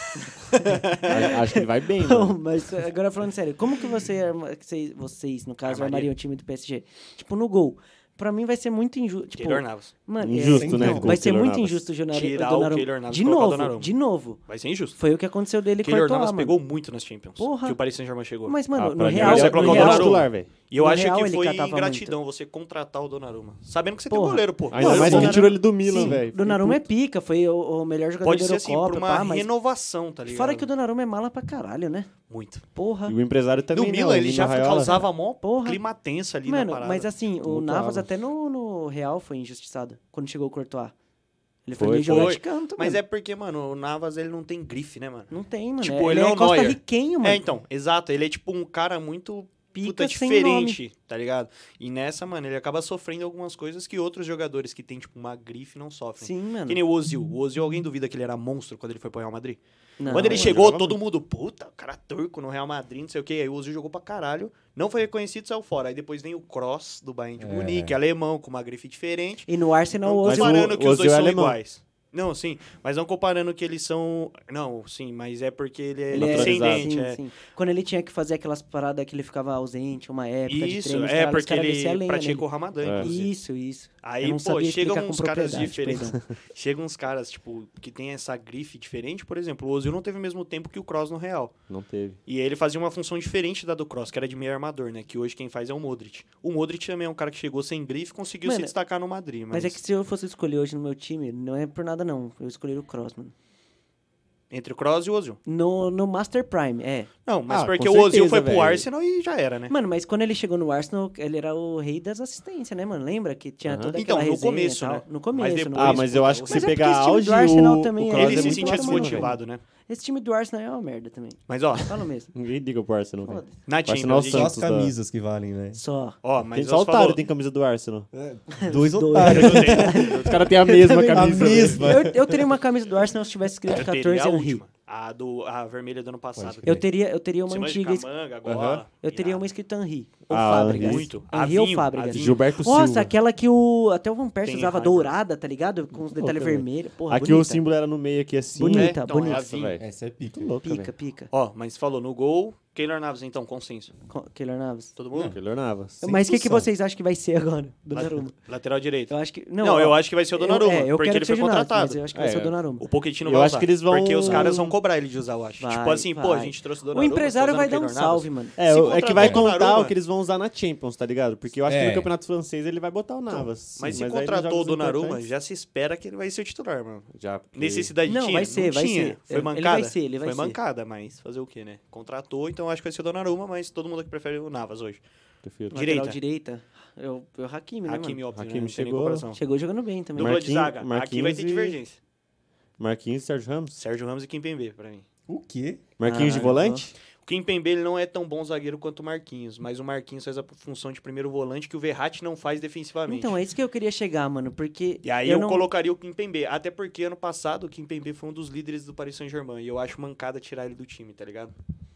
a- acho que ele vai bem, Não, mano. mas agora falando sério, como que você arma- que vocês, vocês, no caso, Armaria. armariam o time do P S G? Tipo, no gol. Pra mim vai ser muito injusto. Tipo, Keylor Navas. mano, Injusto, é, né, então, com vai o ser Keylor muito Navas. injusto o Jonari- Tirar o o Donnarumma. Keylor Navas De e colocar o novo, Donnarumma. de novo. Vai ser injusto. Foi o que aconteceu dele com o Keylor Courtois, Navas mano. pegou muito nas Champions. Porra. Que o Paris Saint-Germain chegou. Mas, mano, Ah, no pra mim, Real... você ele é coloca no o Real, Donnarumma. titular, velho. E eu No acho Real, que ele foi catava ingratidão você contratar o Donnarumma. Sabendo que você tem Porra. goleiro, pô. Ainda Não, mais o que Donnarumma- tirou ele do Milan, Sim, velho. Donnarumma é pica, foi o, o melhor jogador Pode da ser assim, Eurocopa, por uma pá, mas... renovação, tá ligado? Fora que o Donnarumma é mala pra caralho, né? Muito. Porra. E o empresário também No não, Milan, o ele Mino já Raiola. causava mó Porra. clima tenso ali Mano, na parada. mas assim, o Tumultuava. Navas até no, no Real foi injustiçado, quando chegou o Courtois. Ele foi, Foi, meio jogar foi. de canto, Mas mano. é porque, mano, o Navas, ele não tem grife, né, mano? Não tem, mano. Tipo, ele, ele é é o Costa Neuer. Riquenho, mano. É, então, exato. Ele é tipo um cara muito Pica puta sem diferente, tá ligado? E nessa, mano, ele acaba sofrendo algumas coisas que outros jogadores que tem, tipo, uma grife não sofrem. Sim, mano. Que nem o Ozil. O Ozil, alguém duvida que ele era monstro quando ele foi pro Real Madrid? Não, Quando ele mano. chegou, jogava todo mundo, puta, o cara turco no Real Madrid, não sei o quê. Aí o Ozil jogou pra caralho, não foi reconhecido, saiu fora. Aí depois vem o Kroos do Bayern de É. Munique, alemão, com uma grife diferente. E no Arsenal, Não o Ozil... comparando o que os Ozil dois é são alemão. iguais. Não, sim, mas não comparando que eles são... Não, sim, mas é porque ele é Ele é, descendente, sim, é. sim. Quando ele tinha que fazer aquelas paradas que ele ficava ausente uma época de Isso, treino, os é caras- os porque caras desciam a ele lenha pratica nele. o Ramadã, É. inclusive. Isso, isso. Aí, Eu não pô, sabia chegam explicar com uns caras propriedade, diferentes. perdão. Chegam uns caras, tipo, que tem essa grife diferente, por exemplo, o Ozil não teve o mesmo tempo que o Kroos no Real. Não teve. E ele fazia uma função diferente da do Kroos, que era de meio armador, né? Que hoje quem faz é o Modric. O Modric também é um cara que chegou sem grife e conseguiu Mano, se destacar no Madrid. Mas, Mas é que se eu fosse escolher hoje no meu time, não é por nada não. Eu escolheria o Kroos, mano. entre o Kroos e o Ozil. No, no Master Prime, é. Não, mas Ah, porque com o Ozil certeza, foi pro velho. Arsenal e já era, né? Mano, mas quando ele chegou no Arsenal, ele era o rei das assistências, né, mano? Lembra que tinha Aham. toda Então, aquela no resenha começo, e tal? né? No começo, Mas no depois- Ah, começo. mas eu acho que Mas se é porque pegar esse time auge, do Arsenal o, também o é- Kroos Ele é se muito sentia acima, velho. desmotivado, né? Esse time do Arsenal é uma merda também. Mas, ó, Fala mesmo. Ninguém liga pro Arsenal, velho. Foda-se. na Arsenal Champions League... Só as Santos da- camisas que valem, né? Só. Ó, Tem mas só o você falou... otário tem camisa do Arsenal. Dois Dois. otários. Eu tenho- Os caras têm a mesma também- camisa. A velho. mesma. Eu, eu teria uma camisa do Arsenal se tivesse escrito eu teria catorze a Henry. última. A, do, a vermelha do ano passado. Pode Eu teria, eu teria uma Você antiga. manja es- com a manga, a Aham. gola. Eu teria irado. uma escrita Henry. Ou Ah, Fábricas. muito. Henry ou Avinho, Fábricas. avinho. Gilberto Nossa, Silva. aquela que o. Até o Van Persie Tem usava raiva. dourada, tá ligado? Com os detalhes velho. vermelhos. Porra, Aqui bonita. o símbolo era no meio, aqui assim. Bonita, É, então, bonita. é Nossa, avinho. velho. Essa é pica. Muito louca, Pica, velho. pica. Ó, mas falou no gol, Keylor Navas, então, consenso. Co- Keylor Navas. Todo mundo? Keylor Navas. Sem Mas o que, que discussão. vocês acham que vai ser agora? Donnarumma. Lateral direito. Eu acho que. Não, Não, eu ó, acho que vai ser o eu- Donnarumma, é, eu porque quero ele que foi seja o Navas, contratado. Mas eu acho que vai É, ser o Donnarumma. O Pochettino Eu vai acho usar. que eles vão- Porque os caras vão cobrar ele de usar, eu acho. Vai, tipo assim, pô, a vai. gente trouxe o O Donnarumma. empresário tá vai usando dar um Keylor Navas. salve, mano. É, Se o- é que vai contratar o contar Donnarumma- o que eles vão usar na Champions, tá ligado? Porque eu acho que É. no Campeonato Francês ele vai botar o Navas. Mas se aí nos contratou o jogos Donnarumma, importantes- já se espera que ele vai ser o titular, mano. Já, porque- Necessidade Não, tinha? vai ser, Não vai tinha. ser. Foi Ele mancada? vai ser, ele vai Foi ser. mancada, mas fazer o quê, né? Contratou, então acho que vai ser o Donnarumma, mas todo mundo aqui prefere o Navas hoje. Prefiro. Lateral Direita. direita. Eu, eu Hakimi, né, Hakimi, mano? óbvio, Hakimi né? Não tem nem chegou. comparação. Chegou jogando bem também. Dupla de Marquinhos- zaga. Aqui Marquinhos vai ter e- divergência. Marquinhos e Sérgio Ramos. Sérgio Ramos e Kimpembe, pra mim. O quê? Marquinhos de Ah, volante? O Kimpembe ele não é tão bom zagueiro quanto o Marquinhos, mas o Marquinhos faz a função de primeiro volante que o Verratti não faz defensivamente. Então, é isso que eu queria chegar, mano, porque... E aí eu, não... colocaria o Kimpembe, até porque ano passado o Kimpembe foi um dos líderes do Paris Saint-Germain, e eu acho mancada tirar ele do time, tá ligado?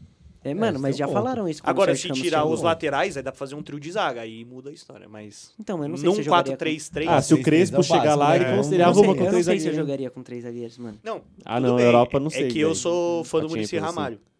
É, mano, É, mas esse já é o ponto. falaram isso. quando o Agora, Sérgio se Ramos tirar chegou. os laterais, aí dá pra fazer um trio de zaga, aí muda a história, mas... Então, eu não sei Num se eu jogaria quatro três três... Ah, se o seis, Crespo três é o chegar lá, básico, ele, né? cons- ele Eu não sei, arruma com eu não três sei se eu zagueiros. jogaria com três zagueiros, mano. Não, Ah, tudo não, bem. Europa não É sei, que eu velho. sou fã do A Muricy Champions, Ramalho.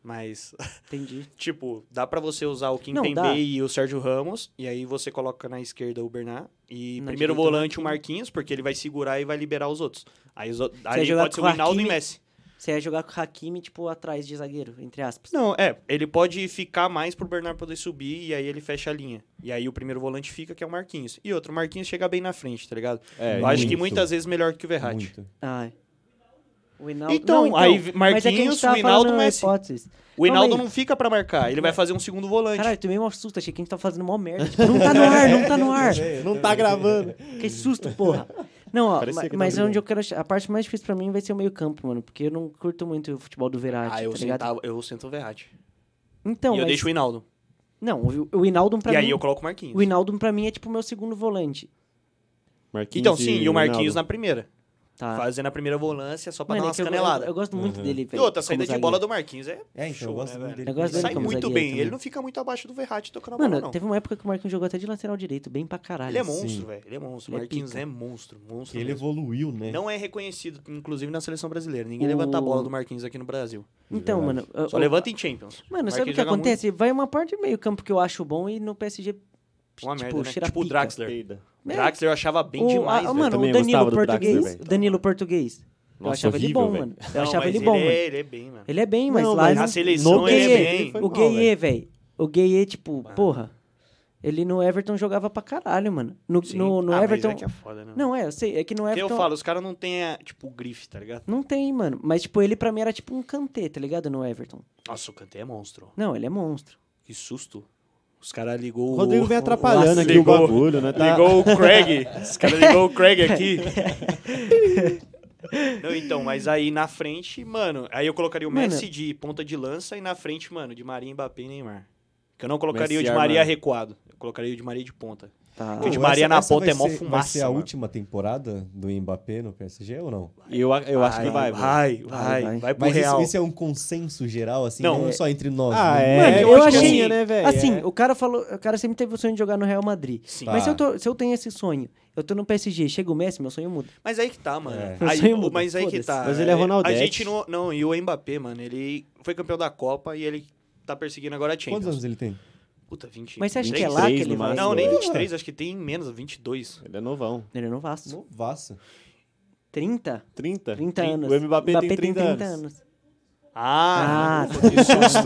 Mas, Entendi. tipo, dá pra você usar o Não, Kimpembe dá. e o Sérgio Ramos, e aí você coloca na esquerda o Bernat, e Na primeiro direita o volante o Marquinhos. Marquinhos, porque ele vai segurar e vai liberar os outros. Aí os outros- ali jogar pode ser com o o Hinaldo e Hakimi- Messi. Você ia jogar com o Hakimi, tipo, atrás de zagueiro, entre aspas. Não, é, ele pode ficar mais pro Bernard poder subir, e aí ele fecha a linha. E aí o primeiro volante fica, que é o Marquinhos. E outro, o Marquinhos chega bem na frente, tá ligado? É, Eu acho que muito. muitas vezes melhor que o Verratti. Muito. Ai. O Hinaldo... Então, não, aí mas é que a gente Marquinhos, tava o Hinaldo, falando Messi. hipóteses. O Hinaldo Calma aí. não fica pra marcar, ele vai fazer um segundo volante. Caralho, tomei um susto, achei que a gente tá fazendo mó merda. Tipo, não tá no ar, não tá no ar. Não tá gravando. Que susto, porra. Não, ó, Parecia ma- que mas tava onde eu quero... che- A parte mais difícil pra mim vai ser o meio campo, mano. Porque eu não curto muito o futebol do Verratti, ah, eu, tá ligado? sentava, eu sento o Verratti. Então, e eu mas... deixo o Hinaldo. Não, o, o Hinaldo pra e mim... aí eu coloco o Marquinhos. O Hinaldo pra mim é tipo o meu segundo volante. Marquinhos Então, sim, e o Marquinhos Ronaldo. na primeira. Tá. Fazendo a primeira volância só pra Mano, dar é umas que eu, eu, caneladas. eu gosto muito dele, E velho. outra, a como saída de zagueiro. bola do Marquinhos é É, então, show, eu gosto né, muito velho? dele. Eu gosto Ele dele sai como muito zagueiro bem, também. ele não fica muito abaixo do Verratti tocando a Mano, bola, não. teve uma época que o Marquinhos jogou até de lateral direito, bem pra caralho. Ele é Sim. monstro, velho. Ele é monstro. Ele é Marquinhos pica. é monstro, monstro Ele mesmo. evoluiu, né? Não é reconhecido, inclusive na seleção brasileira. Ninguém O- levanta a bola do Marquinhos aqui no Brasil. Então, Verdade. mano... eu- Só eu- levanta em Champions. Mano, sabe o Marquinhos que joga acontece? Vai uma parte do meio campo que eu acho bom e no P S G... Muito. Uma tipo, merda, né? cheira Tipo o pica. Draxler. Peida. É. Draxler eu achava bem O- demais, ah, velho. Mano, também o Danilo gostava do português. Draxler, velho. Danilo português. Eu Nossa, achava ele horrível, bom, velho. mano. Eu Não, achava mas ele bom, ele mano. é, ele é bem, mano. Ele é bem, mas Não, lá... mas não- Na seleção No ele é P S G bem. foi O mal, Gueye, velho. O Gueye, tipo, Ah. porra. Ele no Everton jogava pra caralho, mano. No, Sim. no, no Ah, mas Everton... é que é foda, né? Não, é, eu sei. É que no Porque Everton... eu falo, os caras não têm, a, tipo, o grife, tá ligado? Não tem, mano. Mas, tipo, ele pra mim era tipo um Kanté, tá ligado? No Everton. Nossa, o Kanté é monstro. Não, ele é monstro. Que susto. Os caras ligou O o... Rodrigo vem atrapalhando aqui Ligou- o bagulho, né? Tá... Ligou o Craig. Os caras ligou o Craig aqui. Não, então, mas aí na frente, mano, aí eu colocaria o Mano. Messi de ponta de lança e na frente, mano, de Maria, Mbappé e Neymar. Que eu não colocaria Messi o de Maria armado. recuado. Eu colocaria o de Maria de ponta. Tá. Porque o de Pô, Maria essa- na essa ponta vai é mó ser- fumaça, Vai ser a mano. última temporada do Mbappé no P S G ou não? Eu, eu acho que vai, velho. Vai, vai, Vai, vai, vai. pro Mas isso, Real. isso é um consenso geral, assim, Não, não, é- só entre nós. Ah, né? é. Mano, eu eu, acho que achei, assim, né, velho? assim, É. o cara falou, o cara sempre teve o sonho de jogar no Real Madrid. Sim. Mas Tá. se eu, tô, se eu tenho esse sonho, eu tô no P S G, chega o Messi, meu sonho muda. Mas aí que tá, mano. É. Eu Aí, sei, muda, mas aí que foda-se. tá. Mas ele é Ronaldete. A gente não... Não, e o Mbappé, mano, ele foi campeão da Copa e ele tá perseguindo agora a Champions. Quantos anos ele tem? Puta, vinte. Mas você acha vinte que é e lá três que ele no vai? máximo. Não, nem É. vinte e três, acho que tem menos, vinte e dois. Ele é novão. Ele é no Vasco. Novaço. trinta? trinta? trinta anos. O Mbappé, tem trinta, anos. Ah, Ah. ufa, que susto.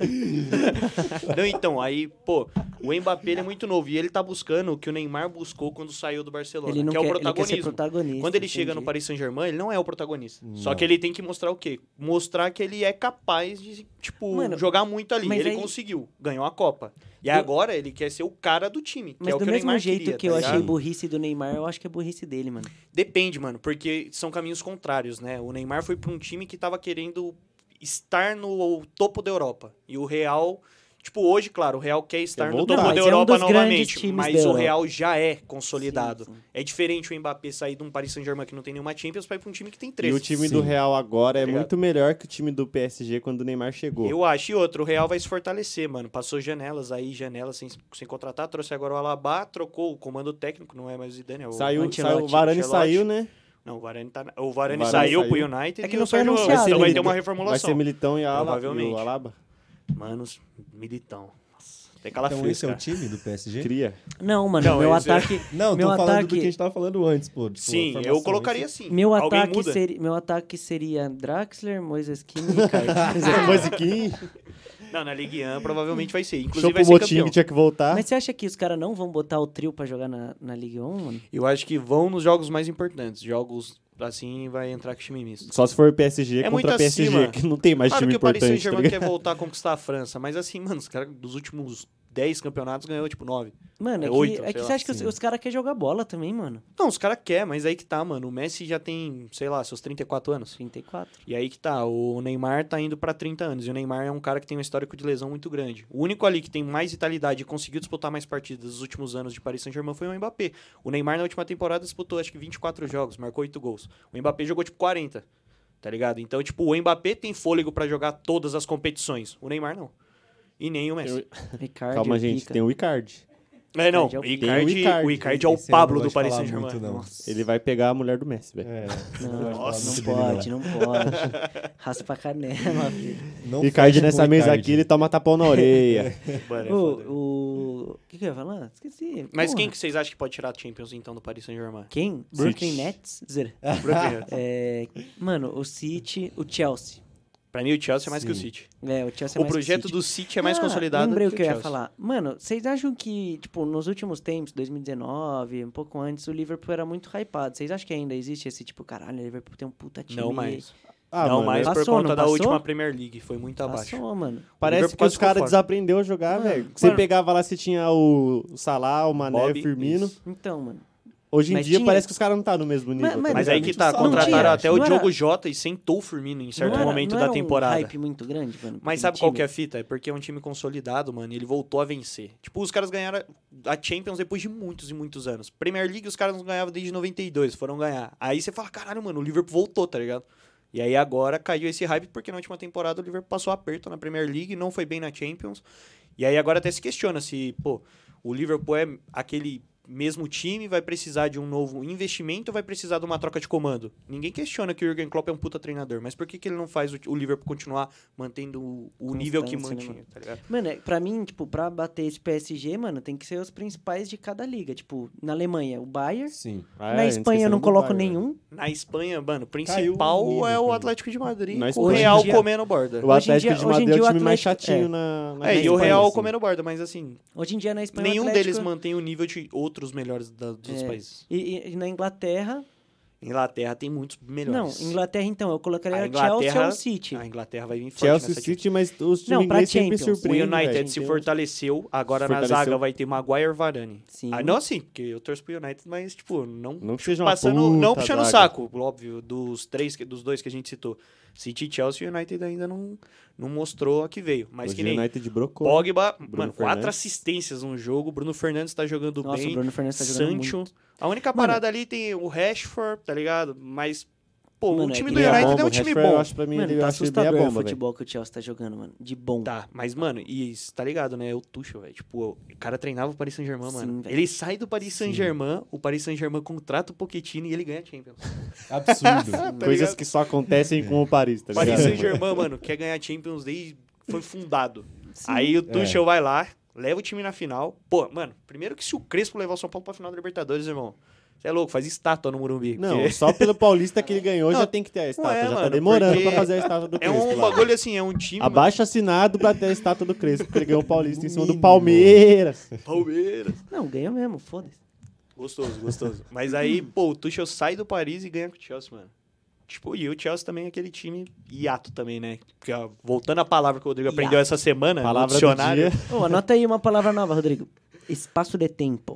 Não, então, aí, pô, o Mbappé ele é muito novo e ele tá buscando o que o Neymar buscou quando saiu do Barcelona, Ele não que é o quer, ele quer ser protagonismo. protagonista. Quando ele chega no entendi. Paris Saint-Germain, ele não é o protagonista. Só Não. que ele tem que mostrar o quê? Mostrar que ele é capaz de, tipo, Mano, jogar muito ali. mas Ele aí- conseguiu, ganhou a Copa. E Eu- agora ele quer ser o cara do time, que Mas é o do que o mesmo Neymar jeito queria, que tá eu achei ligado? burrice do Neymar, eu acho que é burrice dele, mano. Depende, mano, porque são caminhos contrários, né? O Neymar foi pra um time que tava querendo estar no topo da Europa. E o Real, tipo, hoje, claro, o Real quer estar Quer no voltar. topo Não, da mas é um Europa dos grandes novamente. times Mas da o Europa. Real já é consolidado. Sim, sim. É diferente o Mbappé sair de um Paris Saint-Germain que não tem nenhuma Champions pra ir pra um time que tem três. E o time Sim. do Real agora é Obrigado. muito melhor que o time do P S G quando o Neymar chegou. Eu acho. E outro, o Real vai se fortalecer, mano. Passou janelas aí, janelas sem, sem contratar. Trouxe agora o Alaba, trocou o comando técnico, não é mais o Zidane, é o Saiu, Ancelotti. saiu, o Varane Ancelotti. saiu, né? Não, o Varane, tá, o Varane O Varane saiu saiu. pro United É que e não o foi Sérgio anunciado, Ramos. Então vai né? ter uma Vai reformulação. ser Militão e Alaba. Provavelmente. E o Alaba. Manos, Militão. Nossa, tem calafrios, Então esse é o cara. time do P S G? Cria. Não, mano, Não, meu esse é- ataque... Não, meu tô falando ataque... do que a gente tava falando antes, pô. Tipo, Sim, a formação, eu colocaria isso. sim. Meu Alguém ataque, muda? seria, meu ataque seria Draxler, Moisés Kim e Ricardo. Musiquinha. Não, na Ligue um provavelmente vai ser. Inclusive Chopo vai ser Motinho campeão. que tinha que voltar. Mas você acha que os caras não vão botar o trio pra jogar na, na Ligue um, mano? Eu acho que vão nos jogos mais importantes. Jogos assim vai entrar com time misto. Só se for P S G É contra muito P S G, acima. que não tem mais Claro time que o Paris importante. Tá Saint-Germain ligado? quer voltar a conquistar a França, mas assim, mano, os caras dos últimos dez campeonatos ganhou tipo nove. Mano, é, É que, oito, é sei que lá, você acha que os, sim. os caras querem jogar bola também, mano? Não, os caras querem, mas aí que tá, mano. O Messi já tem, sei lá, seus trinta e quatro anos. trinta e quatro. E aí que tá, o Neymar tá indo pra trinta anos. E o Neymar é um cara que tem um histórico de lesão muito grande. O único ali que tem mais vitalidade e conseguiu disputar mais partidas nos últimos anos de Paris Saint-Germain foi o Mbappé. O Neymar na última temporada disputou acho que vinte e quatro jogos, marcou oito gols. O Mbappé jogou tipo quarenta, tá ligado? Então, tipo, o Mbappé tem fôlego pra jogar todas as competições. O Neymar não. E nem o Messi. Eu- Ricardo, Calma, gente. pica. Tem o Icardi. É, não, Icardi é o- o Icardi, Tem o Icardi. o Icardi é o Esse eu não Pablo gosto do de Paris falar Saint-Germain. muito, não. Nossa. Ele vai pegar a mulher do Messi, velho. É, Não, gosto de falar Nossa, muito não dele, pode, não pode. Raspa a canela, filho. Não Icardi fecha com nessa o mesa Icardi. aqui, ele toma tapão na orelha. Mano, é foda. O, o... O que que eu ia falar? Esqueci. Mas Porra. quem que vocês acham que pode tirar a Champions, então, do Paris Saint-Germain? Quem? Brooklyn Nets? Zero. Brooklyn. É, mano, o City, o Chelsea. Pra mim, o Chelsea é mais que o Sim. City. É, o Chelsea é O mais que projeto City. do City é mais Ah, consolidado lembrei que o que eu ia Chelsea. falar. Mano, vocês acham que, tipo, nos últimos tempos, dois mil e dezenove, um pouco antes, o Liverpool era muito hypado. Vocês acham que ainda existe esse tipo, caralho, o Liverpool tem um puta time? Não mais. Ah, não mano, mais por Passou, conta não da passou? última Premier League. Foi muito abaixo. Passou, mano. Parece Liverpool que os quase ficou caras fora. desaprendeu a jogar, Mano, velho. Você mano. pegava lá, você tinha o Salah, o Mané, Bob, o Firmino. isso. Então, mano. Hoje em Mas dia tinha- parece que os caras não tá no mesmo nível. Mas- tá mas- Mas ligado? aí que tá, Não contrataram tinha, até o não era- Diogo Jota e sentou o Firmino em certo não era- momento não da era temporada. um hype muito grande, mano. Mas aquele sabe qual time? que é a fita? É porque é um time consolidado, mano, e ele voltou a vencer. Tipo, os caras ganharam a Champions depois de muitos e muitos anos. Premier League os caras não ganhavam desde noventa e dois, foram ganhar. Aí você fala, caralho, mano, o Liverpool voltou, tá ligado? E aí agora caiu esse hype porque na última temporada o Liverpool passou aperto na Premier League, não foi bem na Champions. E aí agora até se questiona se, pô, o Liverpool é aquele mesmo time, vai precisar de um novo investimento ou vai precisar de uma troca de comando? Ninguém questiona que o Jürgen Klopp é um puta treinador, mas por que, que ele não faz o, o Liverpool continuar mantendo o, o nível que Constância, né, mantinha, tá ligado? Mano, é- pra mim, tipo, pra bater esse P S G, mano, tem que ser os principais de cada liga. Tipo, na Alemanha, o Bayern. Sim. Ah, é, na a gente Espanha eu esqueceu não do coloco Bayern, nenhum. Na Espanha, mano, o Caiu principal o nível é o pra mim. Atlético de Madrid. Na O Espanha. Real Hoje em dia- comendo borda. O Hoje em Atlético dia- de hoje em Madrid é dia o o time mais Atlético- chatinho é. na, na É, e o Espanha, Real assim. comendo borda, mas assim, Hoje em dia na Espanha o nenhum Atlético- deles mantém o nível de outros melhores da- dos É. países. E, e- e na Inglaterra... Inglaterra tem muitos melhores. Não, Inglaterra então, eu colocaria A o Chelsea Inglaterra- ou o City. A Inglaterra vai vir forte Chelsea nessa City, mas os times Não, pra ingleses sempre Champions. O surpreendem. United velho. se Tem- fortaleceu, agora na Fortaleceu. zaga vai ter Maguire e Varane. Sim. Ah, não assim, porque eu torço pro United, mas tipo, não, Não que seja uma passando, puta não puxando o zaga. saco, óbvio, dos três, que- dos dois que a gente citou. City e Chelsea, o United ainda não, não mostrou a que veio, mas Hoje que o nem United brocou. Pogba, Bruno mano, quatro Fernandes. assistências no jogo, Bruno Fernandes tá jogando Nossa, bem, o Bruno Fernandes tá jogando Sancho, muito. a única parada ali tem o Rashford, tá ligado? Mas, pô, Mano, o é time que do ele é United bomba, é um o time Rashford, bom. Eu acho pra mim, Mano, ele, tá eu acho ele bem a assustador o bomba, velho. futebol que o Chelsea tá jogando, mano. De bom. Tá, mas, mano, e isso tá ligado, né? É o Tuchel, velho. Tipo, o cara treinava o Paris Saint-Germain, Sim, mano. velho. Ele sai do Paris Saint-Germain, o Paris Saint-Germain contrata o Pochettino e ele ganha a Champions. Absurdo. Tá Coisas ligado? que só acontecem com o Paris, tá O Paris ligado? Saint-Germain, mano, quer ganhar a Champions desde foi fundado. Sim. Aí o Tuchel vai lá, leva o time na final. Pô, mano, primeiro que se o Crespo levar o São Paulo pra final da Libertadores, irmão, você é louco, faz estátua no Morumbi. Não, porque só pelo Paulista que ele ganhou Não, já tem que ter a estátua. é, já tá mano, demorando porque pra fazer a estátua do É Crespo. um lá. bagulho assim, é um time. Abaixo assinado pra ter a estátua do Crespo, porque ele ganhou o Paulista em cima do Mínimo. Palmeiras. mano, Palmeiras. Não, ganhou mesmo, foda-se. Gostoso, gostoso. Mas aí, pô, o Tuchel sai do Paris e ganha com o Chelsea, mano. Tipo, e o Chelsea também é aquele time hiato também, né? Porque, ó, voltando à palavra que o Rodrigo aprendeu essa semana, Palavra no do dicionário. dia. Ô, anota aí uma palavra nova, Rodrigo. Espaço de tempo.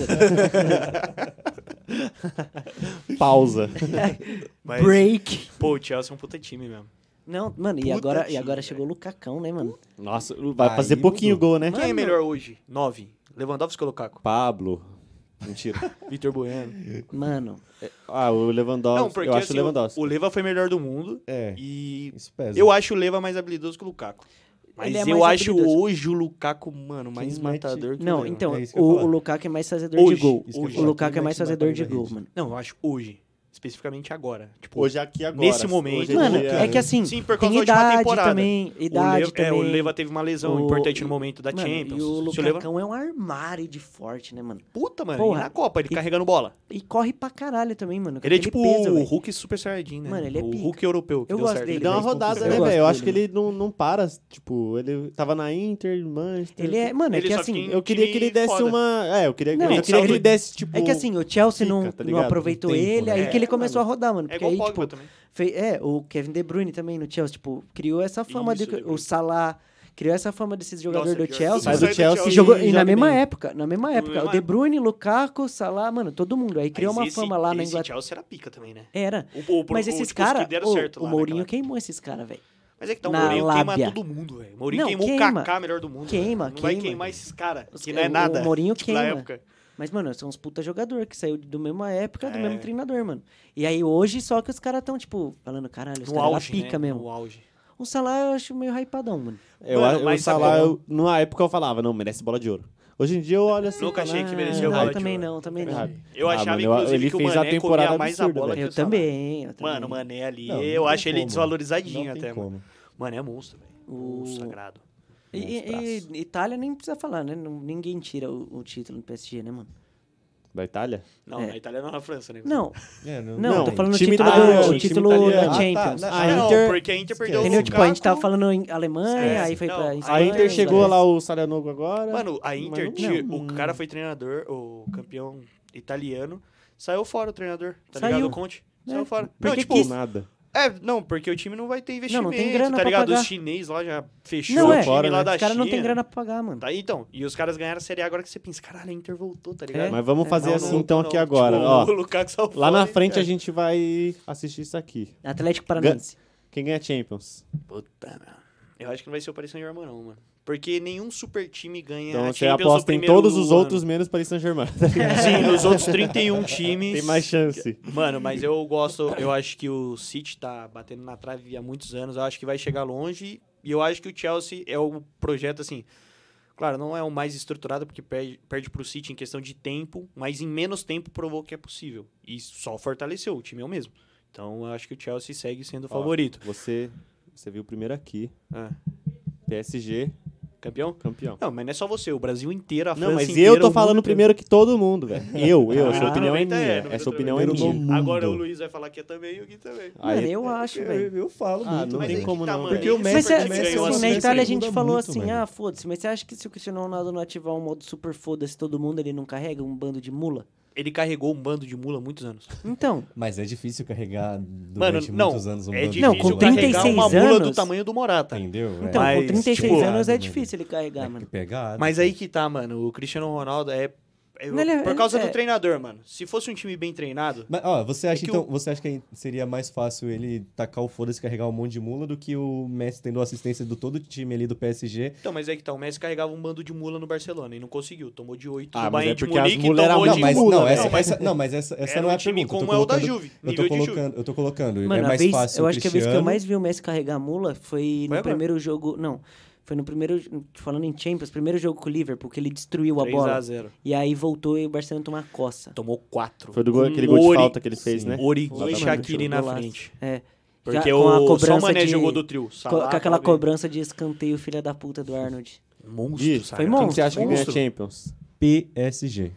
Pausa. Mas, Break. pô, o Chelsea é um puta time mesmo. Não, mano, e Puta agora, time, e agora velho. chegou o Lucacão, né, mano? Nossa, vai Aí fazer pouquinho mudou. gol, né? Quem é melhor hoje? Nove. Lewandowski ou Lukaku? Pablo. Mentira. Vitor Bueno. Mano, Ah, o Lewandowski. Não, porque eu acho assim, o Lewandowski. o Leva foi melhor do mundo. É, E isso pesa. eu acho o Leva mais habilidoso que o Lukaku. Mas Ele é eu mais acho habilidoso. hoje o Lukaku, mano, mais Quem mete- matador que o não, Leva. então, É isso que eu ia o, falar. o Lukaku é mais fazedor Hoje, de gol. isso que eu ia hoje. O falar, Lukaku quem é mais mete fazedor mais de barulho gol, na rede. mano. Não, eu acho hoje. Especificamente agora. Tipo, Hoje aqui agora. Nesse momento- Hoje Mano, dia- é que assim, Sim, por causa tem da última idade temporada. também, o idade Leva, também. é, o Leva teve uma lesão O- importante no momento da Mano, Champions. e o Se o Leva... Lucacão é um armário de forte, né, mano? Puta, mano. Porra. E na Copa, ele E- carregando bola. E corre pra caralho também, mano. com Ele é aquele tipo peso, o velho. Hulk Super Saiyajin, né? Mano, ele é o pica. Hulk europeu. que Eu deu gosto certo. dele, Ele deu uma velho. rodada, Eu né, gosto velho? Eu acho que dele, ele não, não para. Tipo, ele tava na Inter, Manchester. Ele é, mano, é Ele que só assim... fica em- Eu queria que ele time desse foda. uma. É, eu queria, Não, eu é queria que- que ele desse, tipo. É que assim, o Chelsea Fica, não, tá não ligado? aproveitou Um tempo, ele, né? aí É, que ele começou mano. a rodar, mano. É Porque igual aí, o tipo, Pogba também. fez, é, o Kevin De Bruyne também no Chelsea, tipo, criou essa fama Isso, de De o Bruyne. Salah, criou essa fama desses jogadores Nossa, do pior. Chelsea. Mas Sai o do Chelsea. E, jogou, e joga na mesma bem. época, na mesma época, mesma o De época. Bruyne, Lukaku, Salah, mano, todo mundo. Aí criou Mas uma esse- fama lá na esse Inglaterra. Chelsea era pica também, né? Era. O, o, Mas o, esses tipo, caras, os que deram o, certo o lá Mourinho naquela- queimou esses caras, velho. Mas é que tá, o na Mourinho queima lábia. todo mundo, velho. O Mourinho Não, queimou queima. o Kaká, melhor do mundo. Queima, velho. Não vai queima. queimar esses caras, Os- que não é o- nada. o Mourinho tipo, na queima. época. Mas, mano, são uns puta jogador que saiu do mesma época, do É. mesmo treinador, mano. E aí hoje só que os caras tão, tipo, falando, caralho, os No caras auge, pica né? mesmo. No auge. O Salah eu acho meio hypadão, mano. Eu, Mano, eu, mas o sabe Salah, como- eu, numa época eu falava, não, merece bola de ouro. Hoje em dia eu olho assim... Nunca e falo, achei que ah, merecia Não, o eu Haaland, também mano. não, também não. Errado. Eu Ah, achava, mano, eu- inclusive, ele que o fez a Mané temporada comia mais a absurda, bola velho. que Eu o Salah. também, eu também. Mano, o Mané ali, Não, não eu tem acho ele como. desvalorizadinho Não tem até, mano. como. Mano, é monstro, velho. O- Sagrado. E, e- e Itália nem precisa falar, né? Não- ninguém tira o, o título do P S G, né, mano? Da Itália? Não, É. na Itália não, na França, né? Não, É, não, não, Não, tô falando o time título, italiano, do, o time título italiano. da Ah, Champions. tá, A não, Inter- porque a Inter perdeu o Entendeu? Tipo, a gente Lukaku. tava falando em Alemanha, Esquece. aí foi Não, pra a Espanha. A Inter chegou esquece. lá o Salhanogo agora. Mano, a Inter, mas tinha- não- o cara foi treinador, o campeão italiano, saiu fora o treinador, tá Saiu. ligado? O Conte. Saiu É, fora. porque Não, tipo, tipo, nada. é, não, porque o time não vai ter investimento, Não, não tem grana tá pra ligado? pagar. Os chinês lá já fechou Não, o é. time Fora, lá né? da Os caras China. não tem grana pra pagar, mano. Tá, então. E os caras ganharam a Série A agora que você pensa, caralho, a Inter voltou, tá ligado? É. Mas vamos fazer Não, assim não, então não, aqui não. agora. Tipo, Ó, o Lukaku saiu lá na fora, frente hein, a gente vai assistir isso aqui. Atlético Paranaense. Quem ganha Champions? Puta, mano. Eu acho que não vai ser o Paris Saint-Germain, não, mano. Porque nenhum super time ganha Então a você Champions no aposta em primeiro todos os ano. outros menos Paris Saint-Germain. Sim, nos outros trinta e um times. Tem mais chance. Mano, mas eu gosto, eu acho que o City tá batendo na trave há muitos anos, eu acho que vai chegar longe, e eu acho que o Chelsea é o projeto, assim, claro, não é o mais estruturado, porque perde, perde pro City em questão de tempo, mas em menos tempo provou que é possível, e só fortaleceu, o time é o mesmo. Então, eu acho que o Chelsea segue sendo o Ó, favorito. Você, você viu primeiro aqui. Ah, P S G, campeão? campeão. Não, mas não é só você, o Brasil inteiro, a Não, França mas inteira, eu tô o falando mundo primeiro que todo mundo, velho. Eu, eu. Essa Ah, opinião é noventa é, minha. noventa Essa opinião é primeiro no minha. mundo. Agora o Luiz vai falar que é também e o Gui também. Aí- Mano, eu acho, velho. Eu, eu falo Ah, muito, não Mas tem aí que como tá, não. mano. Porque o Isso Messi- Mas foi você, o Messi ganhou assim, a na Messi Itália a ajuda gente falou muito, assim, velho. ah, foda-se, mas você acha que se o Cristiano Ronaldo não ativar um modo super foda-se todo mundo, ele não carrega um bando de mula? Ele carregou um bando de mula há muitos anos. Então, Mas é difícil carregar Mano, durante não, muitos anos um é bando difícil Não, com de mula. carregar trinta e seis uma mula do anos- tamanho do Morata. Entendeu? então Mas, com trinta e seis tipo, anos é mano. difícil ele carregar, É mano. pegado. Mas aí que tá, mano. O Cristiano Ronaldo é... é Ele é- por causa é- do treinador, mano. Se fosse um time bem treinado... Mas, ó, você acha, É que então, o- você acha que seria mais fácil ele tacar o foda-se e carregar um monte de mula do que o Messi tendo assistência do todo o time ali do P S G? Então, mas é que tá. O Messi carregava um bando de mula no Barcelona e não conseguiu. Tomou de oito Ah, no mas Bayern é de porque as Munique e mula era tomou muito de Não, mas, mula, não, velho. essa, Não, mas essa- não, mas essa, essa era não é um a time pergunta. eu tô como é o da colocando- Juve, Eu tô nível de Juve. colocando, eu tô colocando. Mano, é a mais vez, fácil eu o acho que a vez que eu Cristiano- mais vi o Messi carregar mula foi no Foi agora. primeiro jogo. Não, foi no primeiro. Falando em Champions, primeiro jogo com o Liverpool, que ele destruiu a três a bola. zero. E aí voltou e o Barcelona tomou uma coça. Tomou quatro. Foi do gol, Com aquele gol de Ori- falta que ele fez, Sim. né? Origi e Exatamente, Shaqiri na golaço. frente. É. Porque Já com a o, só o cobrança Mané de- jogou do trio. Co- Salah, com aquela Fabinho. cobrança de escanteio, filha da puta do Arnold. Monstro, Gui, sabe? foi quem monstro, que você acha que ganha monstro. Champions? P S G.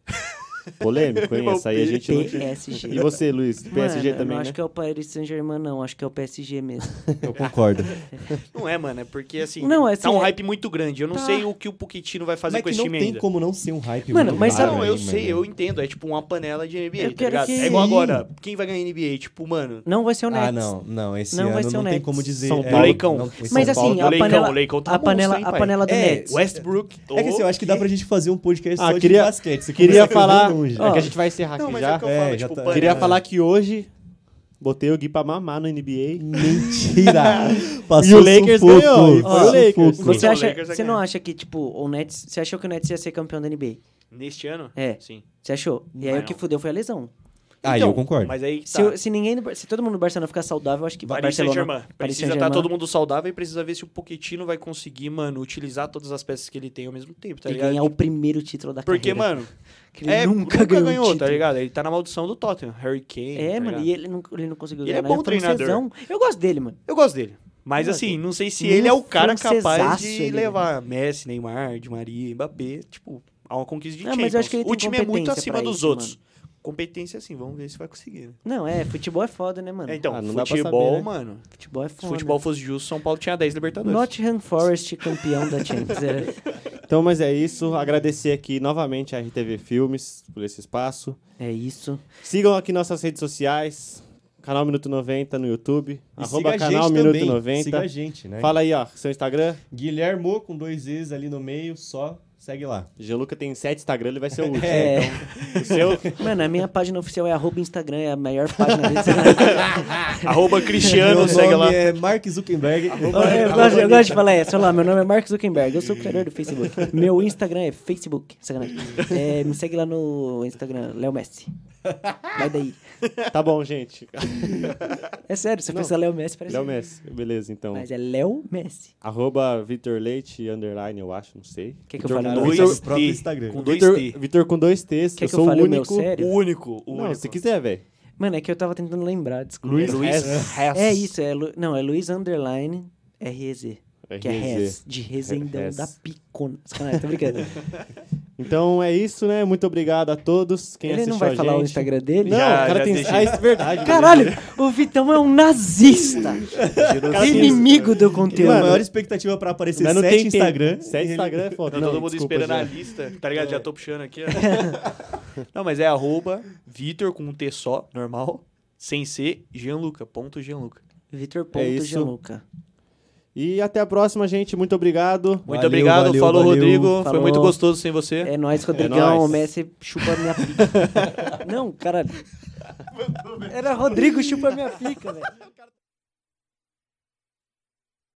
Polêmico, hein? Essa aí a gente não... P S G. E você, Luiz? P S G Mano, eu também, não né? acho que é o Paris Saint-Germain, não. Acho que é o P S G mesmo. Eu concordo. Não é, mano. É porque, assim, Não, é assim, tá um é- hype muito grande. Eu não Tá. sei o que o Pochettino vai fazer Mas com que esse não time tem ainda. como não ser um hype Mano, muito mas raro, Não, hein, eu mano? sei, eu entendo. É tipo uma panela de N B A, Eu tá quero ligado? que- É igual Sim. agora. Quem vai ganhar N B A? Tipo, mano... Não vai ser o Nets. Ah, não, não. Esse Não ano vai ser não o tem Nets. como dizer. São é, Paulo. Leicão. não, Mas São assim, Paulo- a o Leicão, panela, o Leicão tá a panela, monstro, hein, a pai? panela do É, Nets. Westbrook... É que assim, eu acho que dá pra gente fazer um podcast Ah, só queria- de basquete. Você Queria começa a falar... fazer longe. É que a gente vai encerrar Não, aqui mas já. é o que eu É, falo, já tipo, tá- panela. Queria falar que hoje botei o Gui pra mamar no N B A. Mentira! Passou E o Lakers sufoco, ganhou, e foi passou o Lakers. sufoco. Você, Então, o acha, Lakers vai você não ganhar. acha que, tipo, o Nets... Você achou que o Nets ia ser campeão da N B Neste ano? É. Sim. A? Você achou? E aí Vai o que não. fudeu foi a lesão. Aí Então, eu concordo. Mas aí Se, tá. o- se ninguém... do Bar- Se todo mundo do Barcelona ficar saudável, eu acho que vai Paris Barcelona. Saint-Germain. Paris Precisa estar Saint-Germain. todo mundo saudável e precisa ver se o Pochettino vai conseguir, mano, utilizar todas as peças que ele tem ao mesmo tempo, tá E ligado? ganhar o primeiro título da Porque, carreira. mano, Que ele é, nunca, ganhou, um tá título. ligado? Ele tá na maldição do Tottenham, Harry Kane. É, tá mano, ligado? e ele não, ele não conseguiu Ele ganhar. é né? bom Ele treinador. francesão. Eu gosto dele, mano. Eu gosto dele. Mas Mano, assim, não sei se menino ele é o cara capaz francesaço de ele, levar Messi, Neymar, Di Maria, Mbappé, tipo, a uma conquista de Ah, Champions. mas eu acho que ele o tem time é muito competência acima pra dos isso, outros. mano. Competência, sim, vamos ver se vai conseguir. Né? Não, é, futebol é foda, né, mano? É, então, Ah, não dá pra futebol, saber, né? mano. Futebol é Se foda. futebol fosse justo, São Paulo tinha dez Libertadores. Nottingham Forest campeão da Champions. É. Então, mas é isso. Agradecer aqui novamente a R T V Filmes por esse espaço. É isso. Sigam aqui nossas redes sociais. Canal Minuto noventa no YouTube. E Arroba siga a canal gente Minuto também. noventa. Siga a gente, né? Fala aí, ó. Seu Instagram. Guilhermo com dois E's ali no meio, só segue lá. Geluca tem sete Instagram, ele vai ser o último. É. O seu. Mano, a minha página oficial é arroba Instagram, é a maior página dele. Arroba Cristiano, Meu segue nome lá. é Mark Zuckerberg. eu, gosto, eu gosto de falar isso. Olha lá, meu nome é Mark Zuckerberg, eu sou o criador do Facebook. Meu Instagram é Facebook, sacanagem. É, me segue lá no Instagram, Léo Messi. Vai daí. Tá bom, gente. É sério, você Não. pensa Léo Messi, parece... Léo Messi. Beleza, então. Mas é Léo Messi. Arroba Vitor Leite, underline, eu acho, não sei. Quer que eu Vitor fale com o Dois meu Vitor- T. próprio Instagram. Com dois Vitor, T. Vitor com dois T's. Quer eu que eu sou fale o o meu único. sério? O único, o Não, único. se quiser, velho. Mano, é que eu tava tentando lembrar, desculpa. Luiz Luiz Hess. Hess. É isso, é Lu... não, é Luiz Underline R E Z. Que é R E Z. Hess, de Resendão Hess. da Picona. Sacanagem, tô brincando. Então é isso, né? Muito obrigado a todos. Quem Ele assistiu não vai a falar o gente. Instagram dele? Não, Já- o cara já tem. deixei. Ah, isso é verdade. Caralho, o Vitão é um nazista. cara tem- Inimigo do Ele tem conteúdo. a maior expectativa pra aparecer Mas não sete tem tempo. Instagram. Sete Instagram é foda. Tá Não, todo mundo desculpa, esperando já. a lista, tá ligado? Já tô puxando aqui, ó. Não, mas é arroba Vitor com um T só, normal, sem C, Gianluca, ponto Gianluca. Vitor É isso. Gianluca. E até a próxima, gente. Muito obrigado. Muito Valeu, obrigado, valeu, falou valeu. Rodrigo, foi Falou. muito gostoso sem você. É nóis, Rodrigão. nóis. O Messi chupa minha pica. Não, caralho. Era Rodrigo chupa minha pica, velho.